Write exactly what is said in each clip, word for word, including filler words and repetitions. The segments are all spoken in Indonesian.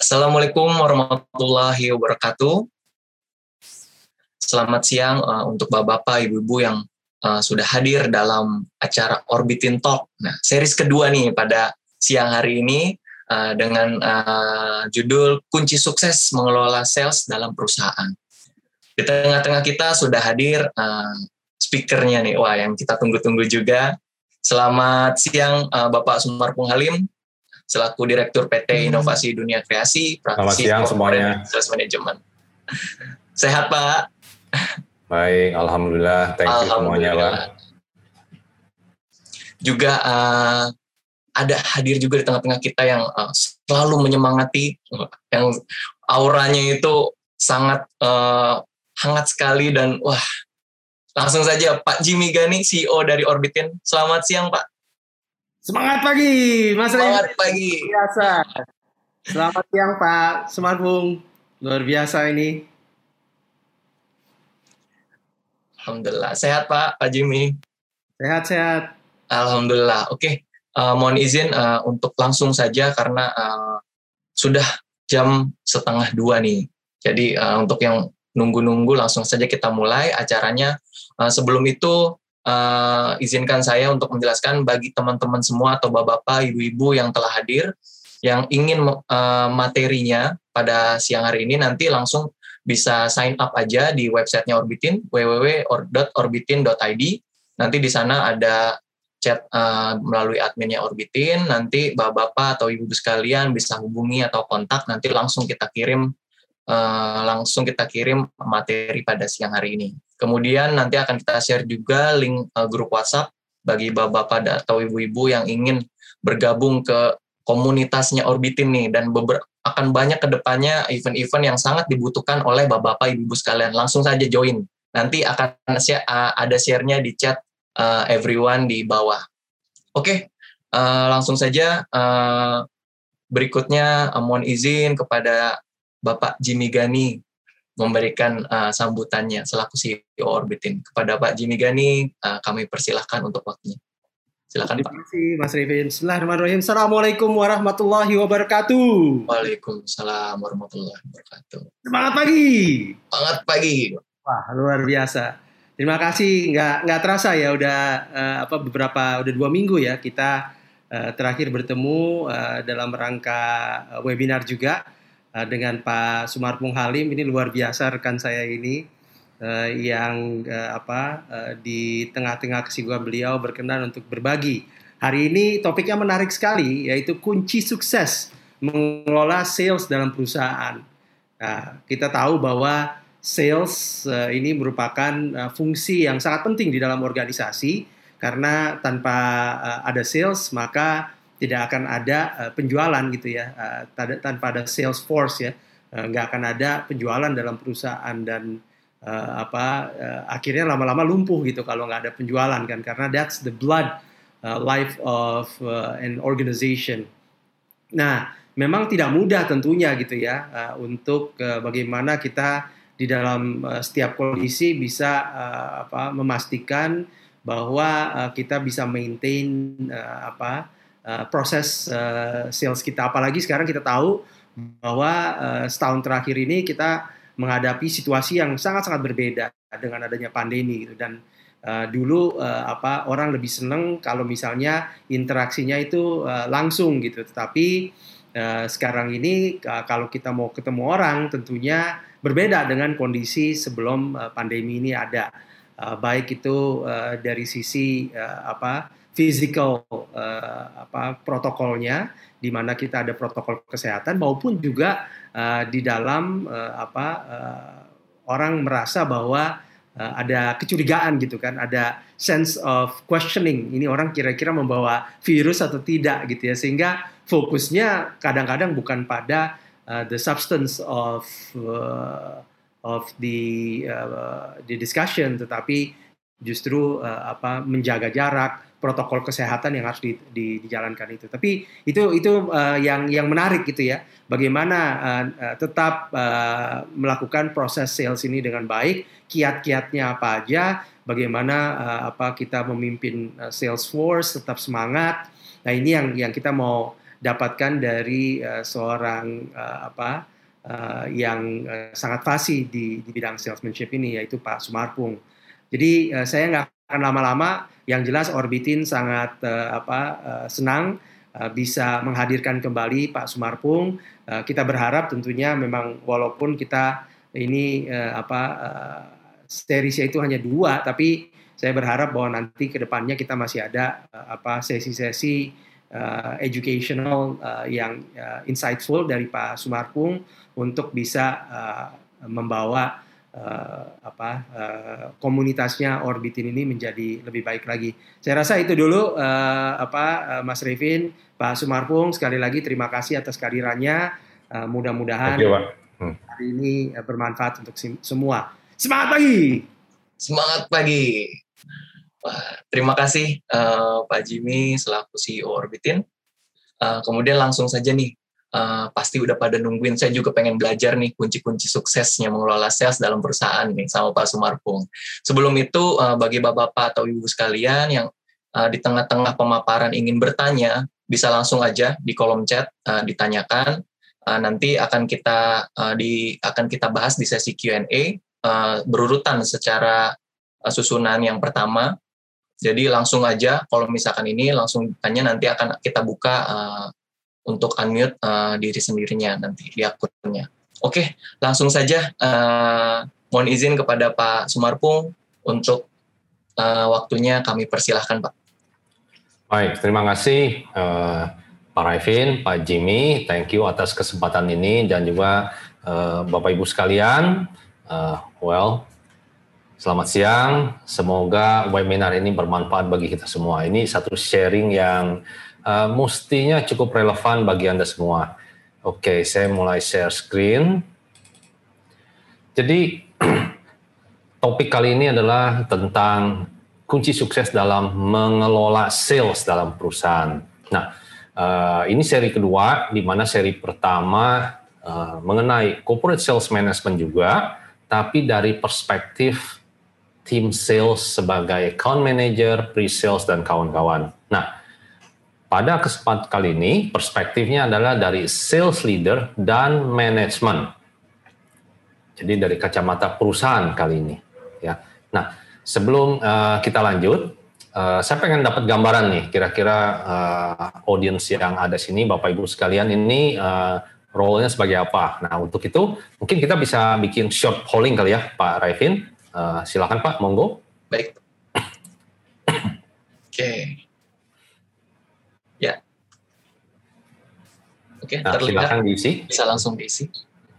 Assalamualaikum warahmatullahi wabarakatuh. Selamat siang uh, untuk bapak-bapak, ibu-ibu yang uh, sudah hadir dalam acara Orbitin Talk. Nah, series kedua nih pada siang hari ini uh, dengan uh, judul Kunci Sukses Mengelola Sales dalam Perusahaan. Di tengah-tengah kita sudah hadir uh, speakernya nih, wah yang kita tunggu-tunggu juga. Selamat siang uh, Bapak Sumarpung Halim, selaku Direktur P T Inovasi Dunia Kreasi, praktisi Corporate Sales Management. Sehat Pak? Baik, Alhamdulillah, thank you semuanya Pak. Juga uh, ada hadir juga di tengah-tengah kita yang uh, selalu menyemangati, yang auranya itu sangat uh, hangat sekali dan wah, langsung saja Pak Jimmy Gani, C E O dari Orbitin. Selamat siang Pak. Semangat pagi, Mas Rey. Semangat pagi. Biasa. Selamat siang Pak Sumarpung. Luar biasa ini. Alhamdulillah. Sehat Pak, Pak Jimmy? Sehat-sehat. Alhamdulillah. Oke, uh, mohon izin uh, untuk langsung saja karena uh, sudah jam setengah dua nih. Jadi uh, untuk yang nunggu-nunggu langsung saja kita mulai acaranya. Uh, sebelum itu uh, izinkan saya untuk menjelaskan bagi teman-teman semua atau bapak-bapak, ibu-ibu yang telah hadir, yang ingin uh, materinya pada siang hari ini nanti langsung bisa sign up aja di websitenya Orbitin, w w w dot orbitin dot i d. Nanti di sana ada chat uh, melalui adminnya Orbitin. Nanti bapak-bapak atau ibu-ibu sekalian bisa hubungi atau kontak. Nanti langsung kita kirim, uh, langsung kita kirim materi pada siang hari ini. Kemudian nanti akan kita share juga link uh, grup WhatsApp bagi bapak-bapak atau ibu-ibu yang ingin bergabung ke komunitasnya Orbitin nih, dan beber- akan banyak kedepannya event-event yang sangat dibutuhkan oleh bapak-bapak, ibu-ibu sekalian. Langsung saja join. Nanti akan share, uh, ada share-nya di chat uh, everyone di bawah. Oke, okay, uh, langsung saja. Uh, berikutnya uh, mohon izin kepada Bapak Jimmy Gani memberikan uh, sambutannya selaku C E O Orbitin. Kepada Pak Jimmy Gani, uh, kami persilahkan untuk waktunya. Silakan Pak. Terima kasih Mas Revin. Bismillahirrahmanirrahim. Assalamualaikum warahmatullahi wabarakatuh. Waalaikumsalam warahmatullahi wabarakatuh. Semangat pagi. Semangat pagi. Wah, luar biasa. Terima kasih. Nggak nggak terasa ya, udah uh, apa beberapa udah dua minggu ya kita uh, terakhir bertemu uh, dalam rangka uh, webinar juga uh, dengan Pak Sumarpung Halim. Ini luar biasa rekan saya ini. Uh, yang uh, apa uh, di tengah-tengah kesibukan beliau berkenan untuk berbagi. Hari ini topiknya menarik sekali, yaitu kunci sukses mengelola sales dalam perusahaan. Nah, kita tahu bahwa sales uh, ini merupakan uh, fungsi yang sangat penting di dalam organisasi, karena tanpa uh, ada sales maka tidak akan ada uh, penjualan gitu ya. Uh, tanpa ada sales force ya, uh, nggak akan ada penjualan dalam perusahaan, dan Uh, apa uh, akhirnya lama-lama lumpuh gitu kalau nggak ada penjualan kan, karena that's the blood uh, life of uh, an organization. Nah, memang tidak mudah tentunya gitu ya uh, untuk uh, bagaimana kita di dalam uh, setiap kondisi bisa uh, apa memastikan bahwa uh, kita bisa maintain uh, apa uh, proses uh, sales kita, apalagi sekarang kita tahu bahwa uh, setahun terakhir ini kita menghadapi situasi yang sangat-sangat berbeda dengan adanya pandemi gitu. Dan uh, dulu uh, apa orang lebih seneng kalau misalnya interaksinya itu uh, langsung gitu, tetapi uh, sekarang ini uh, kalau kita mau ketemu orang tentunya berbeda dengan kondisi sebelum uh, pandemi ini ada, uh, baik itu uh, dari sisi uh, apa physical uh, apa protokolnya, di mana kita ada protokol kesehatan, maupun juga uh, di dalam uh, apa uh, orang merasa bahwa uh, ada kecurigaan gitu kan, ada sense of questioning, ini orang kira-kira membawa virus atau tidak gitu ya, sehingga fokusnya kadang-kadang bukan pada uh, the substance of uh, of the uh, the discussion, tetapi justru uh, apa menjaga jarak, protokol kesehatan yang harus di, di, dijalankan itu. Tapi itu itu uh, yang yang menarik gitu ya. Bagaimana uh, uh, tetap uh, melakukan proses sales ini dengan baik, kiat-kiatnya apa aja, bagaimana uh, apa kita memimpin uh, sales force tetap semangat. Nah, ini yang yang kita mau dapatkan dari uh, seorang uh, apa uh, yang uh, sangat fasih di, di bidang salesmanship ini, yaitu Pak Sumarpung. Jadi uh, saya nggak akan lama-lama. Yang jelas Orbitin sangat uh, apa uh, senang uh, bisa menghadirkan kembali Pak Sumarpung. Uh, kita berharap tentunya memang walaupun kita ini uh, apa uh, serisnya itu hanya dua, tapi saya berharap bahwa nanti ke depannya kita masih ada uh, apa sesi-sesi uh, educational uh, yang uh, insightful dari Pak Sumarpung untuk bisa uh, membawa uh, apa uh, komunitasnya Orbitin ini menjadi lebih baik lagi. Saya rasa itu dulu uh, apa uh, Mas Revin, Pak Sumarpung, sekali lagi terima kasih atas kehadirannya. Uh, mudah-mudahan Thank you, Pak. Hmm. hari ini uh, bermanfaat untuk semua. Semangat pagi. Semangat pagi. Wah, terima kasih uh, Pak Jimmy selaku C E O Orbitin. Uh, kemudian langsung saja nih, uh, pasti udah pada nungguin. Saya juga pengen belajar nih kunci-kunci suksesnya mengelola sales dalam perusahaan nih sama Pak Sumarpung. Sebelum itu, uh, bagi bapak-bapak atau ibu sekalian yang uh, di tengah-tengah pemaparan ingin bertanya, bisa langsung aja di kolom chat uh, ditanyakan. Uh, nanti akan kita uh, di akan kita bahas di sesi Q and A uh, berurutan secara uh, susunan yang pertama. Jadi langsung aja kalau misalkan ini langsung tanya, nanti akan kita buka uh, untuk unmute uh, diri sendirinya nanti di akunnya. Oke, langsung saja uh, mohon izin kepada Pak Sumarpung untuk uh, waktunya kami persilahkan, Pak. Baik, terima kasih uh, Pak Revin, Pak Jimmy, thank you atas kesempatan ini dan juga uh, Bapak Ibu sekalian. Uh, well, selamat siang, semoga webinar ini bermanfaat bagi kita semua. Ini satu sharing yang uh, mestinya cukup relevan bagi Anda semua. Oke, saya mulai share screen. Jadi, topik kali ini adalah tentang kunci sukses dalam mengelola sales dalam perusahaan. Nah, uh, ini seri kedua, di mana seri pertama uh, mengenai corporate sales management juga, tapi dari perspektif tim sales sebagai account manager, pre-sales, dan kawan-kawan. Nah, pada kesempatan kali ini, perspektifnya adalah dari sales leader dan manajemen. Jadi dari kacamata perusahaan kali ini. Ya. Nah, sebelum uh, kita lanjut, uh, saya pengen dapat gambaran nih, kira-kira uh, audience yang ada sini, Bapak Ibu sekalian, ini uh, role-nya sebagai apa. Nah, untuk itu, mungkin kita bisa bikin short polling kali ya, Pak Revin. Uh, silakan Pak, monggo. Baik. Oke. Ya. Oke, nah, terlihat. Silakan diisi. Bisa langsung diisi.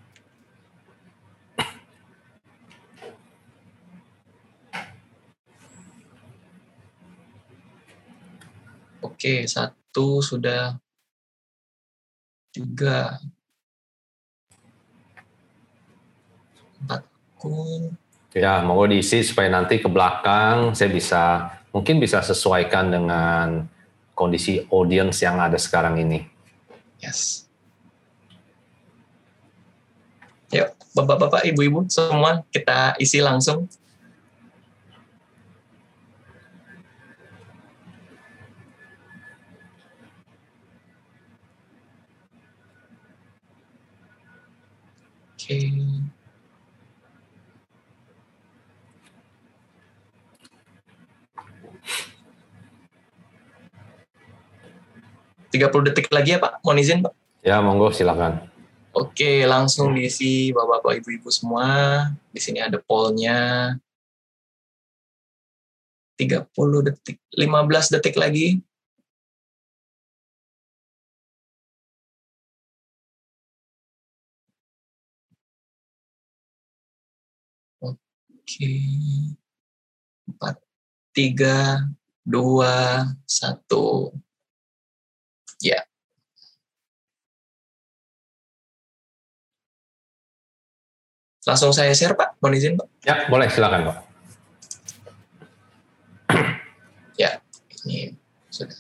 Oke, satu sudah, tiga, empat akun. Ya, monggo diisi supaya nanti ke belakang saya bisa, mungkin bisa sesuaikan dengan kondisi audience yang ada sekarang ini. Yes. Yuk, bapak-bapak, ibu-ibu semua kita isi langsung. Oke. tiga puluh detik lagi ya Pak, mohon izin Pak. Ya, monggo silakan. Oke, langsung diisi bapak-bapak ibu-ibu semua. Di sini ada pollnya. tiga puluh detik, lima belas detik lagi. Oke. empat, tiga, dua, satu. Ya. Langsung saya share, Pak. Mohon izin, Pak. Ya, boleh. Silakan, Pak. Ya, ini sudah.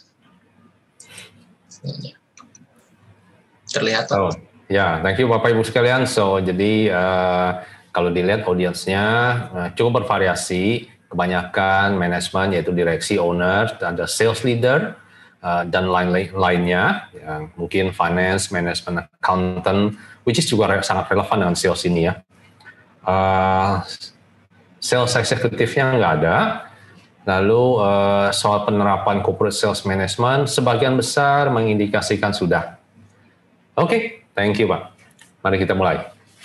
Terlihat, Pak. Oh, ya, thank you Bapak Ibu sekalian. So, jadi uh, kalau dilihat audiensnya uh, cukup bervariasi. Kebanyakan manajemen yaitu direksi, owner, ada sales leader, uh, dan lain-lainnya, yang mungkin finance, management, accountant, which is juga re- sangat relevan dengan sales ini ya. Uh, sales eksekutifnya nggak ada. Lalu uh, soal penerapan corporate sales management, sebagian besar mengindikasikan sudah. Oke, okay, thank you Pak. Mari kita mulai.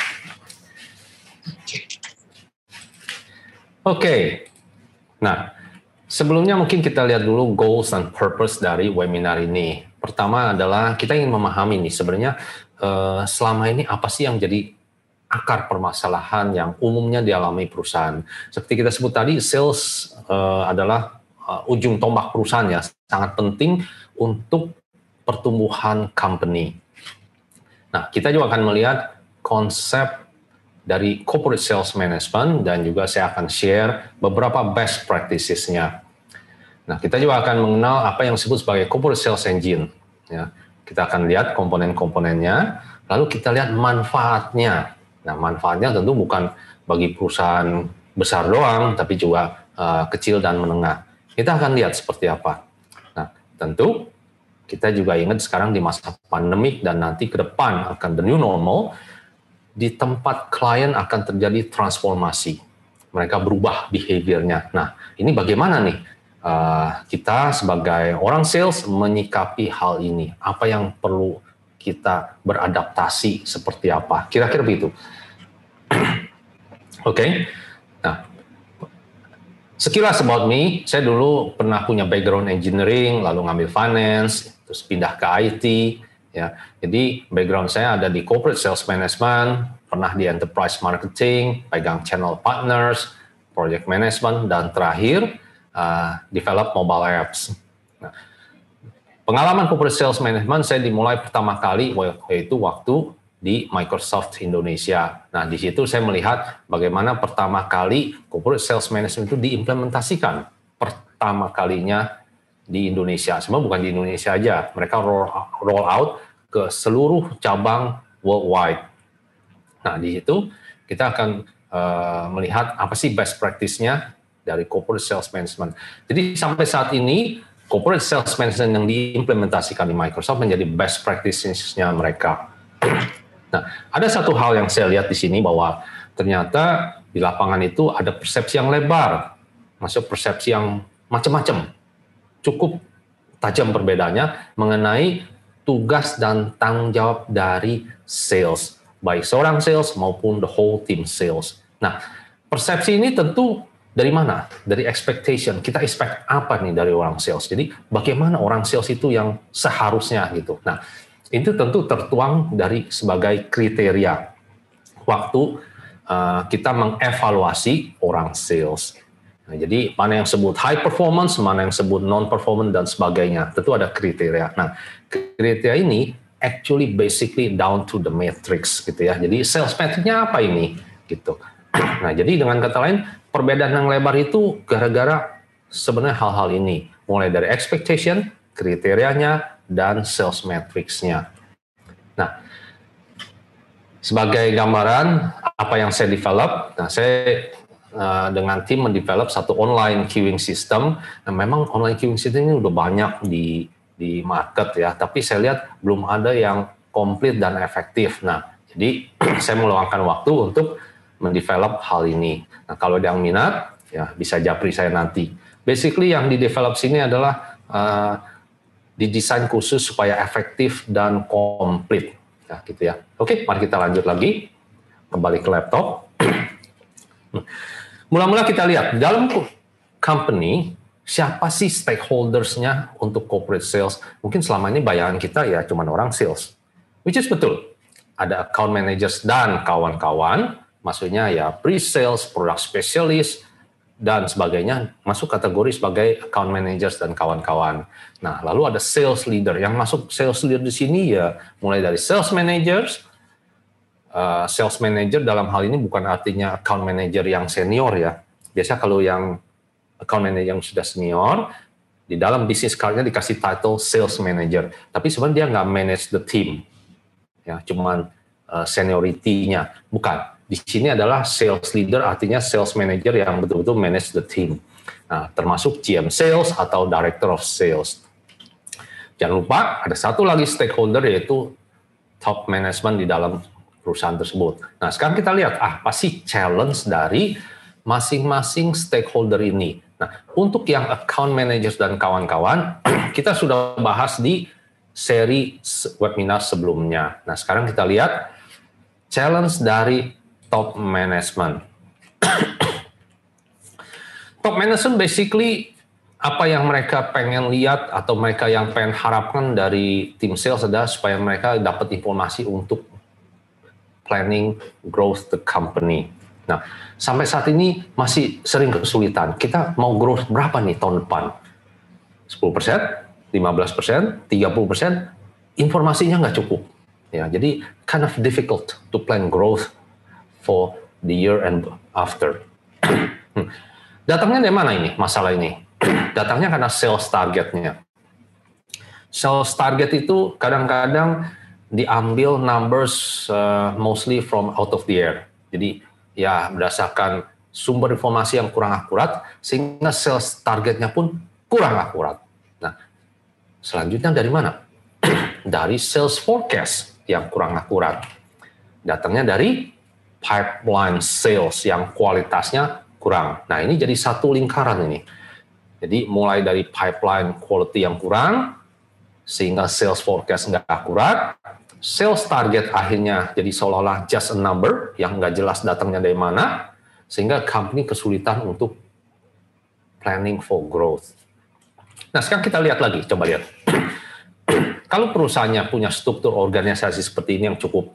Oke, okay. Nah sebelumnya mungkin kita lihat dulu goals dan purpose dari webinar ini. Pertama adalah kita ingin memahami nih sebenarnya uh, selama ini apa sih yang jadi akar permasalahan yang umumnya dialami perusahaan. Seperti kita sebut tadi, sales uh, adalah uh, ujung tombak perusahaan ya, sangat penting untuk pertumbuhan company. Nah, kita juga akan melihat konsep dari corporate sales management dan juga saya akan share beberapa best practices-nya. Nah, kita juga akan mengenal apa yang disebut sebagai corporate sales engine. Ya, kita akan lihat komponen-komponennya, lalu kita lihat manfaatnya. Nah, manfaatnya tentu bukan bagi perusahaan besar doang, tapi juga uh, kecil dan menengah. Kita akan lihat seperti apa. Nah, tentu kita juga ingat sekarang di masa pandemik dan nanti ke depan akan the new normal, di tempat klien akan terjadi transformasi. Mereka berubah behavior-nya. Nah, ini bagaimana nih uh, kita sebagai orang sales menyikapi hal ini? Apa yang perlu kita beradaptasi seperti apa? Kira-kira begitu. Oke. Okay. Nah, sekilas about me, saya dulu pernah punya background engineering, lalu ngambil finance, terus pindah ke I T. Ya, jadi background saya ada di corporate sales management, pernah di enterprise marketing, pegang channel partners, project management, dan terakhir uh, develop mobile apps. Nah, pengalaman corporate sales management saya dimulai pertama kali yaitu waktu di Microsoft Indonesia. Nah, di situ saya melihat bagaimana pertama kali corporate sales management itu diimplementasikan pertama kalinya di Indonesia. Sebenarnya bukan di Indonesia aja, mereka roll, roll out ke seluruh cabang worldwide. Nah, di situ kita akan uh, melihat apa sih best practice-nya dari corporate sales management. Jadi sampai saat ini corporate sales management yang diimplementasikan di Microsoft menjadi best practices-nya mereka. Nah, ada satu hal yang saya lihat di sini bahwa ternyata di lapangan itu ada persepsi yang lebar, masuk persepsi yang macam-macam. Cukup tajam perbedaannya mengenai tugas dan tanggung jawab dari sales, baik seorang sales maupun the whole team sales. Nah, persepsi ini tentu dari mana? Dari expectation. Kita expect apa nih dari orang sales? Jadi bagaimana orang sales itu yang seharusnya gitu. Nah, itu tentu tertuang dari sebagai kriteria waktu uh, kita mengevaluasi orang sales. Nah, jadi mana yang sebut high performance, mana yang sebut non-performance, dan sebagainya. Tentu ada kriteria. Nah, kriteria ini actually basically down to the matrix gitu ya. Jadi sales matrix-nya apa ini? Gitu. Nah, jadi dengan kata lain, perbedaan yang lebar itu gara-gara sebenarnya hal-hal ini. Mulai dari expectation, kriterianya, dan sales matrix-nya. Nah, sebagai gambaran apa yang saya develop, nah saya Uh, dengan tim mendevelop satu online queuing system. Nah, memang online queuing system ini udah banyak di di market ya, tapi saya lihat belum ada yang komplit dan efektif. Nah, jadi saya meluangkan waktu untuk mendevelop hal ini. Nah, kalau ada yang minat, ya bisa japri saya nanti. Basically yang di-develop sini adalah uh, didesain khusus supaya efektif dan komplit. Ya, gitu ya. Oke, mari kita lanjut lagi. Kembali ke laptop. Mula-mula kita lihat, dalam company, siapa sih stakeholders-nya untuk corporate sales? Mungkin selama ini bayangan kita ya cuma orang sales. Which is betul. Ada account managers dan kawan-kawan, maksudnya ya pre-sales, product specialist, dan sebagainya, masuk kategori sebagai account managers dan kawan-kawan. Nah, lalu ada sales leader. Yang masuk sales leader di sini ya mulai dari sales managers. Uh, sales manager dalam hal ini bukan artinya account manager yang senior ya. Biasa kalau yang account manager yang sudah senior, di dalam business card-nya dikasih title sales manager. Tapi sebenarnya dia nggak manage the team. Ya, cuman uh, seniority-nya. Bukan. Di sini adalah sales leader, artinya sales manager yang betul-betul manage the team. Nah, termasuk G M sales atau director of sales. Jangan lupa ada satu lagi stakeholder yaitu top management di dalam perusahaan tersebut. Nah, sekarang kita lihat ah, apa sih challenge dari masing-masing stakeholder ini. Nah, untuk yang account managers dan kawan-kawan, kita sudah bahas di seri webinar sebelumnya. Nah, sekarang kita lihat challenge dari top management. Top management basically apa yang mereka pengen lihat atau mereka yang pengen harapkan dari tim sales adalah supaya mereka dapat informasi untuk planning growth the company. Nah, sampai saat ini masih sering kesulitan. Kita mau growth berapa nih tahun depan? sepuluh persen? lima belas persen, tiga puluh persen, informasinya nggak cukup. Ya, jadi kind of difficult to plan growth for the year and after. Datangnya dari mana ini masalah ini? Datangnya karena sales targetnya. Sales target itu kadang-kadang diambil numbers uh, mostly from out of the air. Jadi ya berdasarkan sumber informasi yang kurang akurat sehingga sales targetnya pun kurang akurat. Selanjutnya dari mana? Dari sales forecast yang kurang akurat. Datangnya dari pipeline sales yang kualitasnya kurang. Nah, ini jadi satu lingkaran ini. Jadi mulai dari pipeline quality yang kurang, sehingga sales forecast nggak akurat, sales target akhirnya jadi seolah-olah just a number yang nggak jelas datangnya dari mana, sehingga company kesulitan untuk planning for growth. Nah, sekarang kita lihat lagi, coba lihat. Kalau perusahaannya punya struktur organisasi seperti ini yang cukup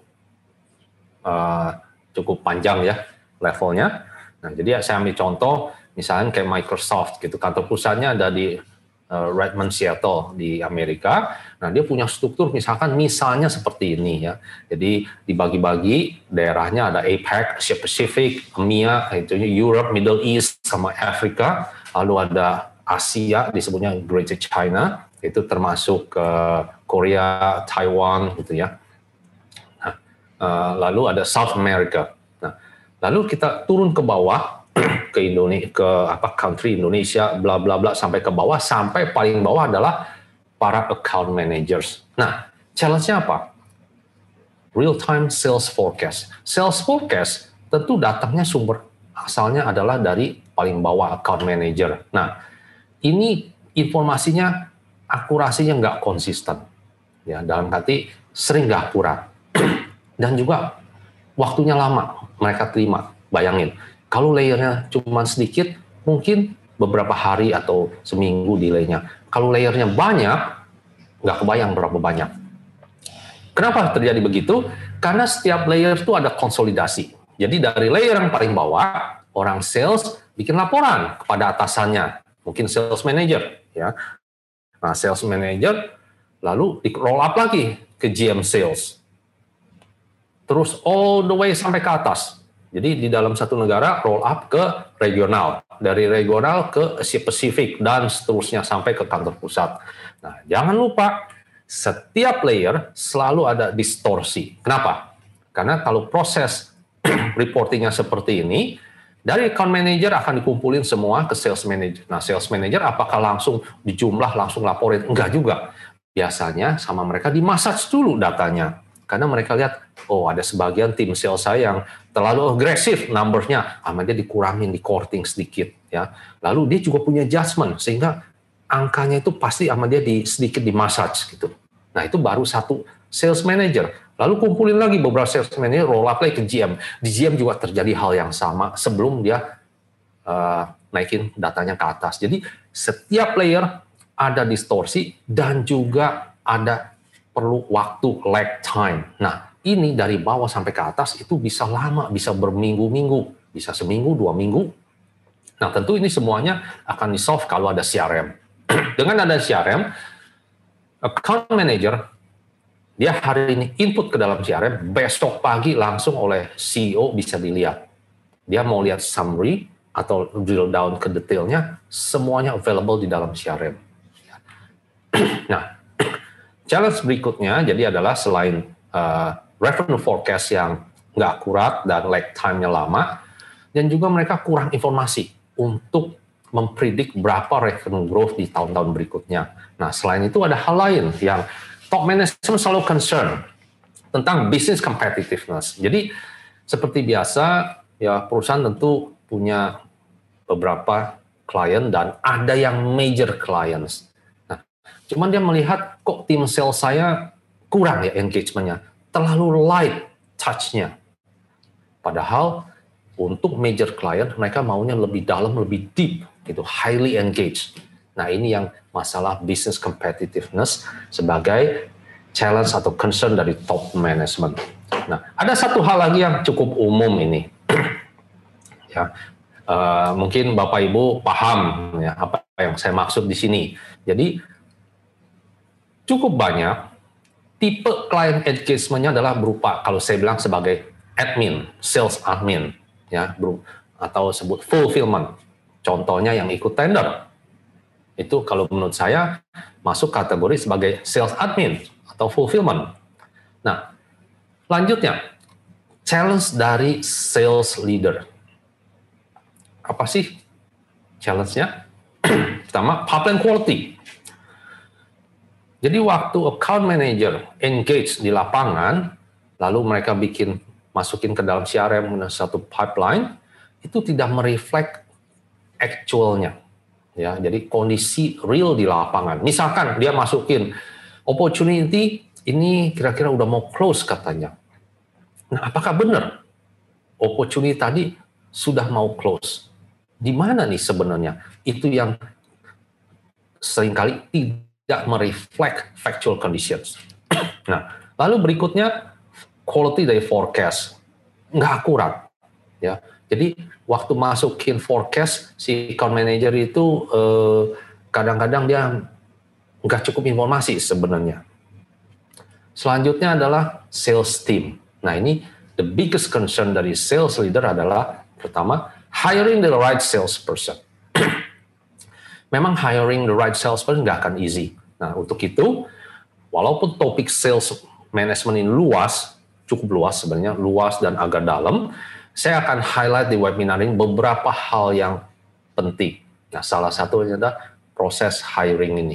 uh, cukup panjang ya levelnya. Nah, jadi saya ambil contoh, misalnya kayak Microsoft gitu, kantor perusahaannya ada di uh, Redmond, Seattle di Amerika. Nah, dia punya struktur misalkan misalnya seperti ini ya. Jadi dibagi-bagi daerahnya ada A P A C, Asia Pacific, E M E A, itu Europe, Middle East sama Afrika. Lalu ada Asia disebutnya Greater China, itu termasuk uh, Korea, Taiwan gitu ya. Nah, uh, lalu ada South America. Nah, lalu kita turun ke bawah ke Indonesia, ke apa country Indonesia, bla bla bla sampai ke bawah, sampai paling bawah adalah para account managers. Nah, challenge-nya apa? Real time sales forecast. Sales forecast tentu datangnya sumber asalnya adalah dari paling bawah account manager. Nah, ini informasinya akurasinya nggak konsisten, ya dalam arti sering nggak akurat, dan juga waktunya lama mereka terima. Bayangin, kalau layernya cuma sedikit, mungkin beberapa hari atau seminggu delaynya. Kalau layernya banyak, nggak kebayang berapa banyak. Kenapa terjadi begitu? Karena setiap layer itu ada konsolidasi. Jadi dari layer yang paling bawah, orang sales bikin laporan kepada atasannya. Mungkin sales manager, ya. Nah, sales manager lalu di roll up lagi ke G M sales. Terus all the way sampai ke atas. Jadi di dalam satu negara roll up ke regional, dari regional ke Asia Pacific dan seterusnya sampai ke kantor pusat. Nah, jangan lupa setiap layer selalu ada distorsi. Kenapa? Karena kalau proses reportingnya seperti ini, dari account manager akan dikumpulin semua ke sales manager. Nah, sales manager apakah langsung dijumlah, langsung laporin? Enggak juga. Biasanya sama mereka dimassage dulu datanya. Karena mereka lihat, oh ada sebagian tim sales saya yang terlalu agresif number-nya. Sama dia dikurangin, di-courting sedikit. Ya. Lalu dia juga punya judgment, sehingga angkanya itu pasti sama dia di, sedikit dimassage gitu. Nah, itu baru satu sales manager. Lalu kumpulin lagi beberapa sales manager, roll up lagi ke G M. Di G M juga terjadi hal yang sama sebelum dia uh, naikin datanya ke atas. Jadi setiap layer ada distorsi dan juga ada perlu waktu lag time. Nah, ini dari bawah sampai ke atas itu bisa lama, bisa berminggu-minggu, bisa seminggu, dua minggu. Nah, tentu ini semuanya akan di-solve kalau ada C R M. Dengan ada C R M, account manager dia hari ini input ke dalam C R M, besok pagi langsung oleh C E O bisa dilihat. Dia mau lihat summary atau drill down ke detailnya, semuanya available di dalam C R M. Nah, challenge berikutnya jadi adalah selain uh, revenue forecast yang nggak akurat dan lag time-nya lama, dan juga mereka kurang informasi untuk mempredik berapa revenue growth di tahun-tahun berikutnya. Nah, selain itu ada hal lain yang top management selalu concern tentang business competitiveness. Jadi seperti biasa, ya perusahaan tentu punya beberapa klien dan ada yang major clients. Nah, cuman dia melihat kok tim sales saya kurang ya engagementnya, terlalu light touch-nya. Padahal untuk major client mereka maunya lebih dalam, lebih deep, gitu, highly engaged. Nah, ini yang masalah business competitiveness sebagai challenge atau concern dari top management. Nah, ada satu hal lagi yang cukup umum ini, ya, uh, mungkin Bapak Ibu paham ya apa yang saya maksud di sini. Jadi cukup banyak tipe client engagement-nya adalah berupa kalau saya bilang sebagai admin, sales admin, ya, atau sebut fulfillment. Contohnya yang ikut tender. Itu kalau menurut saya masuk kategori sebagai sales admin atau fulfillment. Nah, lanjutnya, challenge dari sales leader. Apa sih challenge-nya? Pertama, pipeline quality. Jadi waktu account manager engage di lapangan, lalu mereka bikin, masukin ke dalam C R M satu pipeline, itu tidak mereflect actualnya. Ya, jadi kondisi real di lapangan. Misalkan dia masukin opportunity ini kira-kira udah mau close katanya. Nah, apakah benar opportunity tadi sudah mau close? Di mana nih sebenarnya? Itu yang seringkali tidak mereflect factual conditions. Nah, lalu berikutnya quality dari forecast nggak akurat, ya. Jadi waktu masukin forecast si account manager itu eh, kadang-kadang dia nggak cukup informasi sebenarnya. Selanjutnya adalah sales team. Nah, ini the biggest concern dari sales leader adalah pertama hiring the right salesperson. Memang hiring the right salesperson nggak akan easy. Nah, untuk itu, walaupun topik sales management ini luas, cukup luas sebenarnya, luas dan agak dalam, saya akan highlight di webinar ini beberapa hal yang penting. Nah, salah satunya adalah proses hiring ini.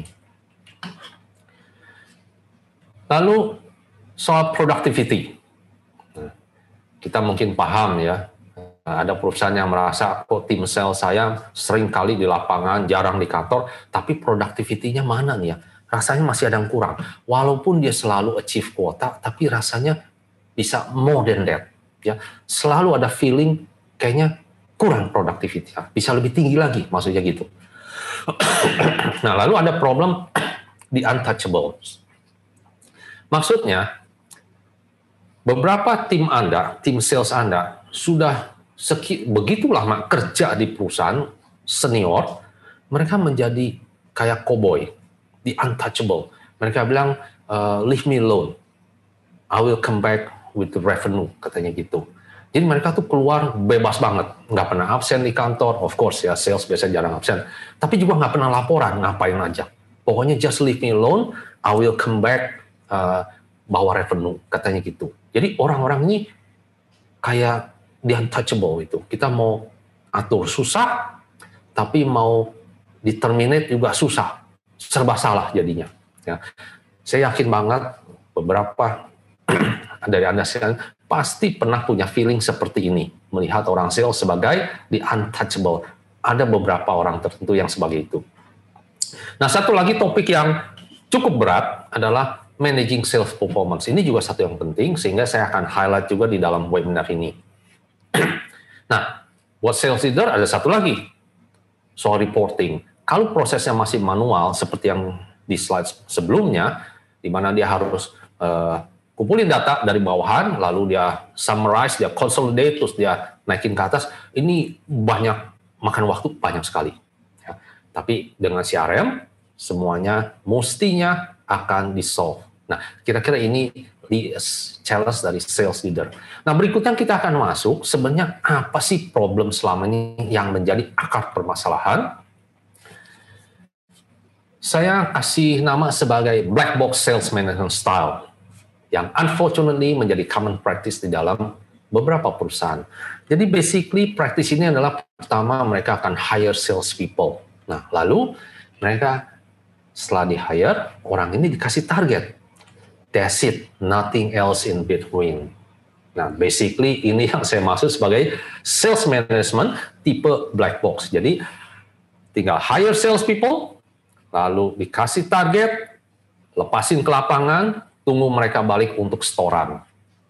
Lalu, soal productivity. Nah, kita mungkin paham ya, ada perusahaan yang merasa kok tim sales saya sering kali di lapangan, jarang di kantor, tapi productivity-nya mana nih ya? Rasanya masih ada yang kurang. Walaupun dia selalu achieve quota, tapi rasanya bisa more than that. Ya, selalu ada feeling kayaknya kurang productivity, bisa lebih tinggi lagi, maksudnya gitu. Nah, lalu ada problem di untouchables. Maksudnya, beberapa tim Anda, tim sales Anda, sudah Seki, begitu lama kerja di perusahaan senior, mereka menjadi kayak cowboy, the untouchable. Mereka bilang, uh, leave me alone, I will come back with the revenue, katanya gitu. Jadi mereka tuh keluar bebas banget, nggak pernah absen di kantor, of course ya, sales biasanya jarang absen, tapi juga nggak pernah laporan, ngapain aja. Pokoknya just leave me alone, I will come back, uh, bawa revenue, katanya gitu. Jadi orang-orang ini kayak the untouchable itu. Kita mau atur susah, tapi mau di-terminate juga susah. Serba salah jadinya. Ya. Saya yakin banget beberapa dari Anda sekalian pasti pernah punya feeling seperti ini. Melihat orang sales sebagai the untouchable. Ada beberapa orang tertentu yang sebagai itu. Nah, satu lagi topik yang cukup berat adalah managing sales performance. Ini juga satu yang penting, sehingga saya akan highlight juga di dalam webinar ini. Nah, buat sales leader ada satu lagi, soal reporting. Kalau prosesnya masih manual, seperti yang di slide sebelumnya, di mana dia harus uh, kumpulin data dari bawahan, lalu dia summarize, dia consolidate, terus dia naikin ke atas, ini banyak, makan waktu banyak sekali. Ya. Tapi dengan C R M, semuanya mestinya akan di-solve. Nah, kira-kira ini di challenge dari sales leader. Nah, berikutnya kita akan masuk sebenarnya apa sih problem selama ini yang menjadi akar permasalahan. Saya kasih nama sebagai black box sales management style yang unfortunately menjadi common practice di dalam beberapa perusahaan. Jadi basically practice ini adalah pertama mereka akan hire sales people. Nah, lalu mereka setelah di hire, orang ini dikasih target. That's it, nothing else in between. Nah, basically ini yang saya maksud sebagai sales management tipe black box. Jadi tinggal hire sales people, lalu dikasih target, lepasin ke lapangan, tunggu mereka balik untuk setoran.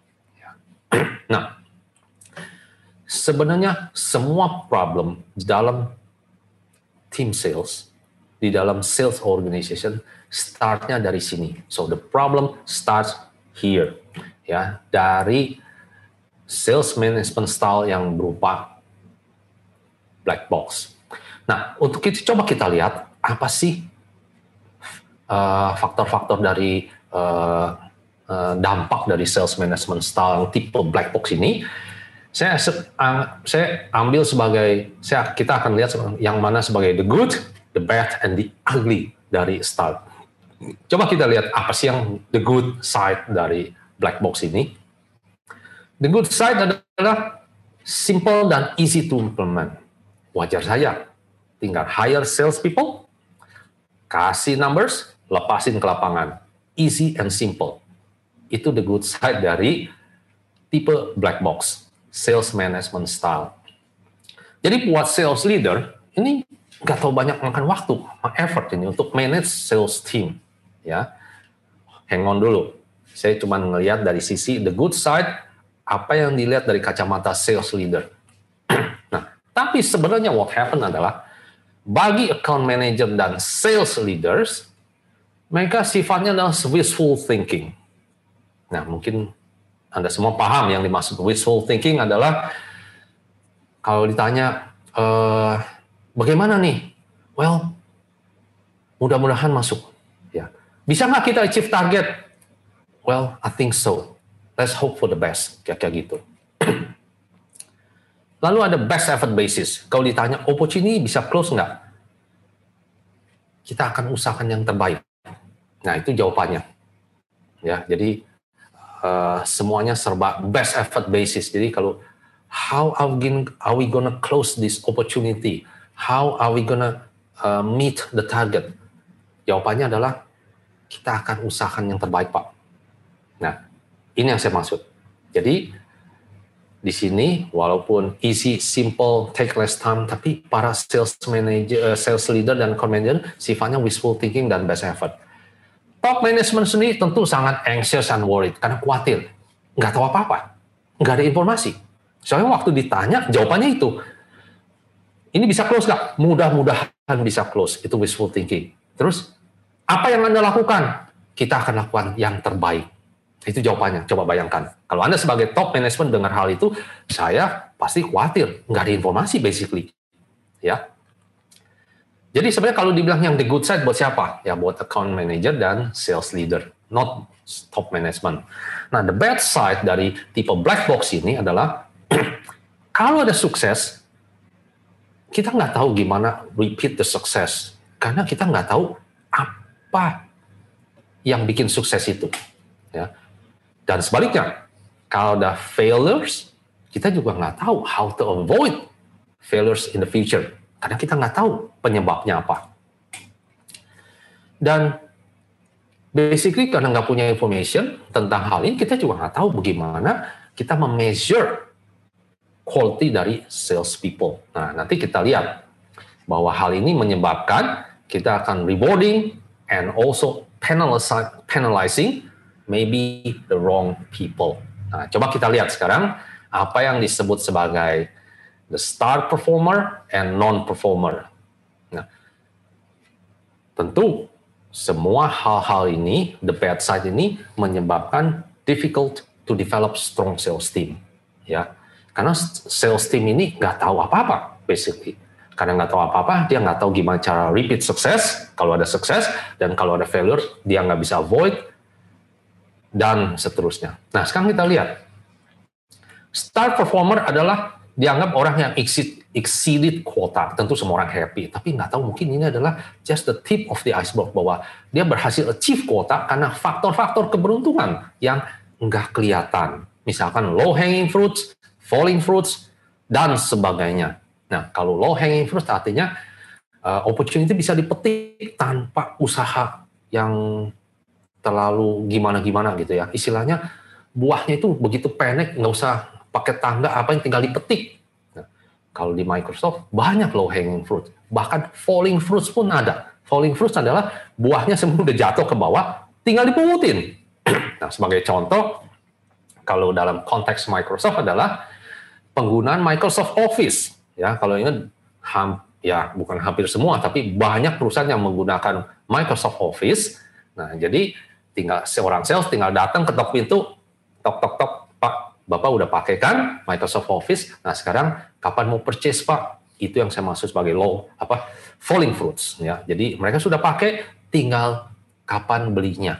Nah, sebenarnya semua problem di dalam team sales, di dalam sales organization, startnya dari sini. So the problem starts here, ya, dari sales management style yang berupa black box. Nah, untuk itu coba kita lihat apa sih uh, faktor-faktor dari uh, uh, dampak dari sales management style yang tipe black box ini. Saya uh, saya ambil sebagai saya kita akan lihat yang mana sebagai the good, the bad, and the ugly dari style. Coba kita lihat apa sih yang the good side dari black box ini. The good side adalah simple dan easy to implement. Wajar saja, tinggal hire sales people, kasih numbers, lepasin ke lapangan. Easy and simple. Itu the good side dari tipe black box, sales management style. Jadi buat sales leader, ini nggak tahu banyak makan waktu, effort ini untuk manage sales team. Ya, hang on dulu. Saya cuma ngelihat dari sisi the good side, apa yang dilihat dari kacamata sales leader. Nah, tapi sebenarnya what happened adalah bagi account manager dan sales leaders, mereka sifatnya adalah wishful thinking. Nah, mungkin Anda semua paham yang dimaksud wishful thinking adalah kalau ditanya e, bagaimana nih? Well, mudah-mudahan masuk. Ya. Bisa nggak kita achieve target? Well, I think so. Let's hope for the best. Kayak gitu. Lalu ada best effort basis. Kalau ditanya, opportunity bisa close nggak? Kita akan usahakan yang terbaik. Nah, itu jawabannya. Ya, jadi uh, semuanya serba best effort basis. Jadi kalau how are we gonna, are we gonna close this opportunity? How are we gonna uh, meet the target? Jawabannya adalah kita akan usahakan yang terbaik, Pak. Nah, ini yang saya maksud. Jadi di sini walaupun easy, simple, take less time, tapi para sales manager, uh, sales leader dan account manager sifatnya wishful thinking dan best effort. Top management sendiri tentu sangat anxious and worried karena khawatir, nggak tahu apa-apa, nggak ada informasi. Soalnya waktu ditanya jawabannya itu, ini bisa close nggak? Mudah-mudahan bisa close. Itu wishful thinking. Terus apa yang Anda lakukan? Kita akan lakukan yang terbaik. Itu jawabannya. Coba bayangkan. Kalau Anda sebagai top management dengar hal itu, saya pasti khawatir. Nggak ada informasi basically. Ya. Jadi sebenarnya kalau dibilang yang the good side buat siapa? Ya buat account manager dan sales leader. Not top management. Nah, the bad side dari tipe black box ini adalah kalau ada sukses, kita nggak tahu gimana repeat the success. Karena kita nggak tahu apa yang bikin sukses itu. Ya. Dan sebaliknya, kalau ada failures, kita juga nggak tahu how to avoid failures in the future. Karena kita nggak tahu penyebabnya apa. Dan basically karena nggak punya information tentang hal ini, kita juga nggak tahu bagaimana kita memeasure quality dari sales people. Nah, nanti kita lihat bahwa hal ini menyebabkan kita akan rewarding and also penalizing maybe the wrong people. Nah, coba kita lihat sekarang apa yang disebut sebagai the star performer and non-performer. Nah, tentu semua hal-hal ini, the bad side ini menyebabkan difficult to develop strong sales team. Ya, karena sales team ini nggak tahu apa-apa, basically. Karena nggak tahu apa-apa, dia nggak tahu gimana cara repeat sukses, kalau ada sukses, dan kalau ada failure, dia nggak bisa avoid, dan seterusnya. Nah, sekarang kita lihat. Star performer adalah dianggap orang yang exceed, exceeded quota. Tentu semua orang happy, tapi nggak tahu mungkin ini adalah just the tip of the iceberg, bahwa dia berhasil achieve quota karena faktor-faktor keberuntungan yang nggak kelihatan. misalkan low hanging fruits, falling fruits, dan sebagainya. Nah, kalau low hanging fruits artinya uh, opportunity bisa dipetik tanpa usaha yang terlalu gimana-gimana gitu ya. Istilahnya buahnya itu begitu pendek, nggak usah pakai tangga, apa yang tinggal dipetik. Nah, kalau di Microsoft banyak low hanging fruit, bahkan falling fruits pun ada. Falling fruits adalah buahnya semua udah jatuh ke bawah, tinggal dipungutin. Nah, sebagai contoh, kalau dalam konteks Microsoft adalah penggunaan Microsoft Office. Ya, kalau ingat, ham, ya bukan hampir semua, tapi banyak perusahaan yang menggunakan Microsoft Office. Nah, jadi tinggal seorang sales tinggal datang ketok pintu, tok tok tok, Pak, Bapak udah pakai kan Microsoft Office? Nah, sekarang kapan mau purchase, Pak? Itu yang saya maksud sebagai low apa falling fruits. Ya, jadi mereka sudah pakai, tinggal kapan belinya.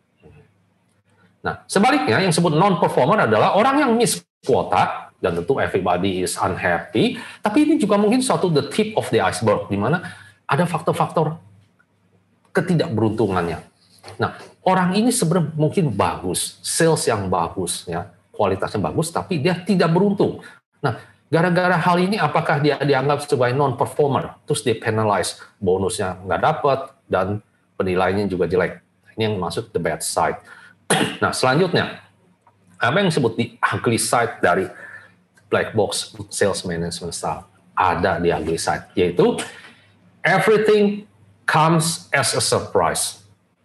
Nah, sebaliknya yang disebut non-performer adalah orang yang miss kuota, dan tentu everybody is unhappy, tapi ini juga mungkin suatu the tip of the iceberg, di mana ada faktor-faktor ketidakberuntungannya. Nah, orang ini sebenarnya mungkin bagus, sales yang bagus, ya, kualitasnya bagus, tapi dia tidak beruntung. Nah, gara-gara hal ini apakah dia dianggap sebagai non-performer, terus di penalize, bonusnya nggak dapat, dan penilaiannya juga jelek. Ini yang masuk the bad side. Nah, selanjutnya, apa yang disebut di ugly side dari black box sales management style? Ada di ugly side, yaitu everything comes as a surprise.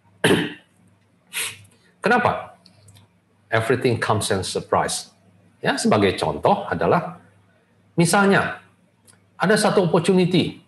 Kenapa? Everything comes as a surprise. Ya, sebagai contoh adalah, misalnya, ada satu opportunity.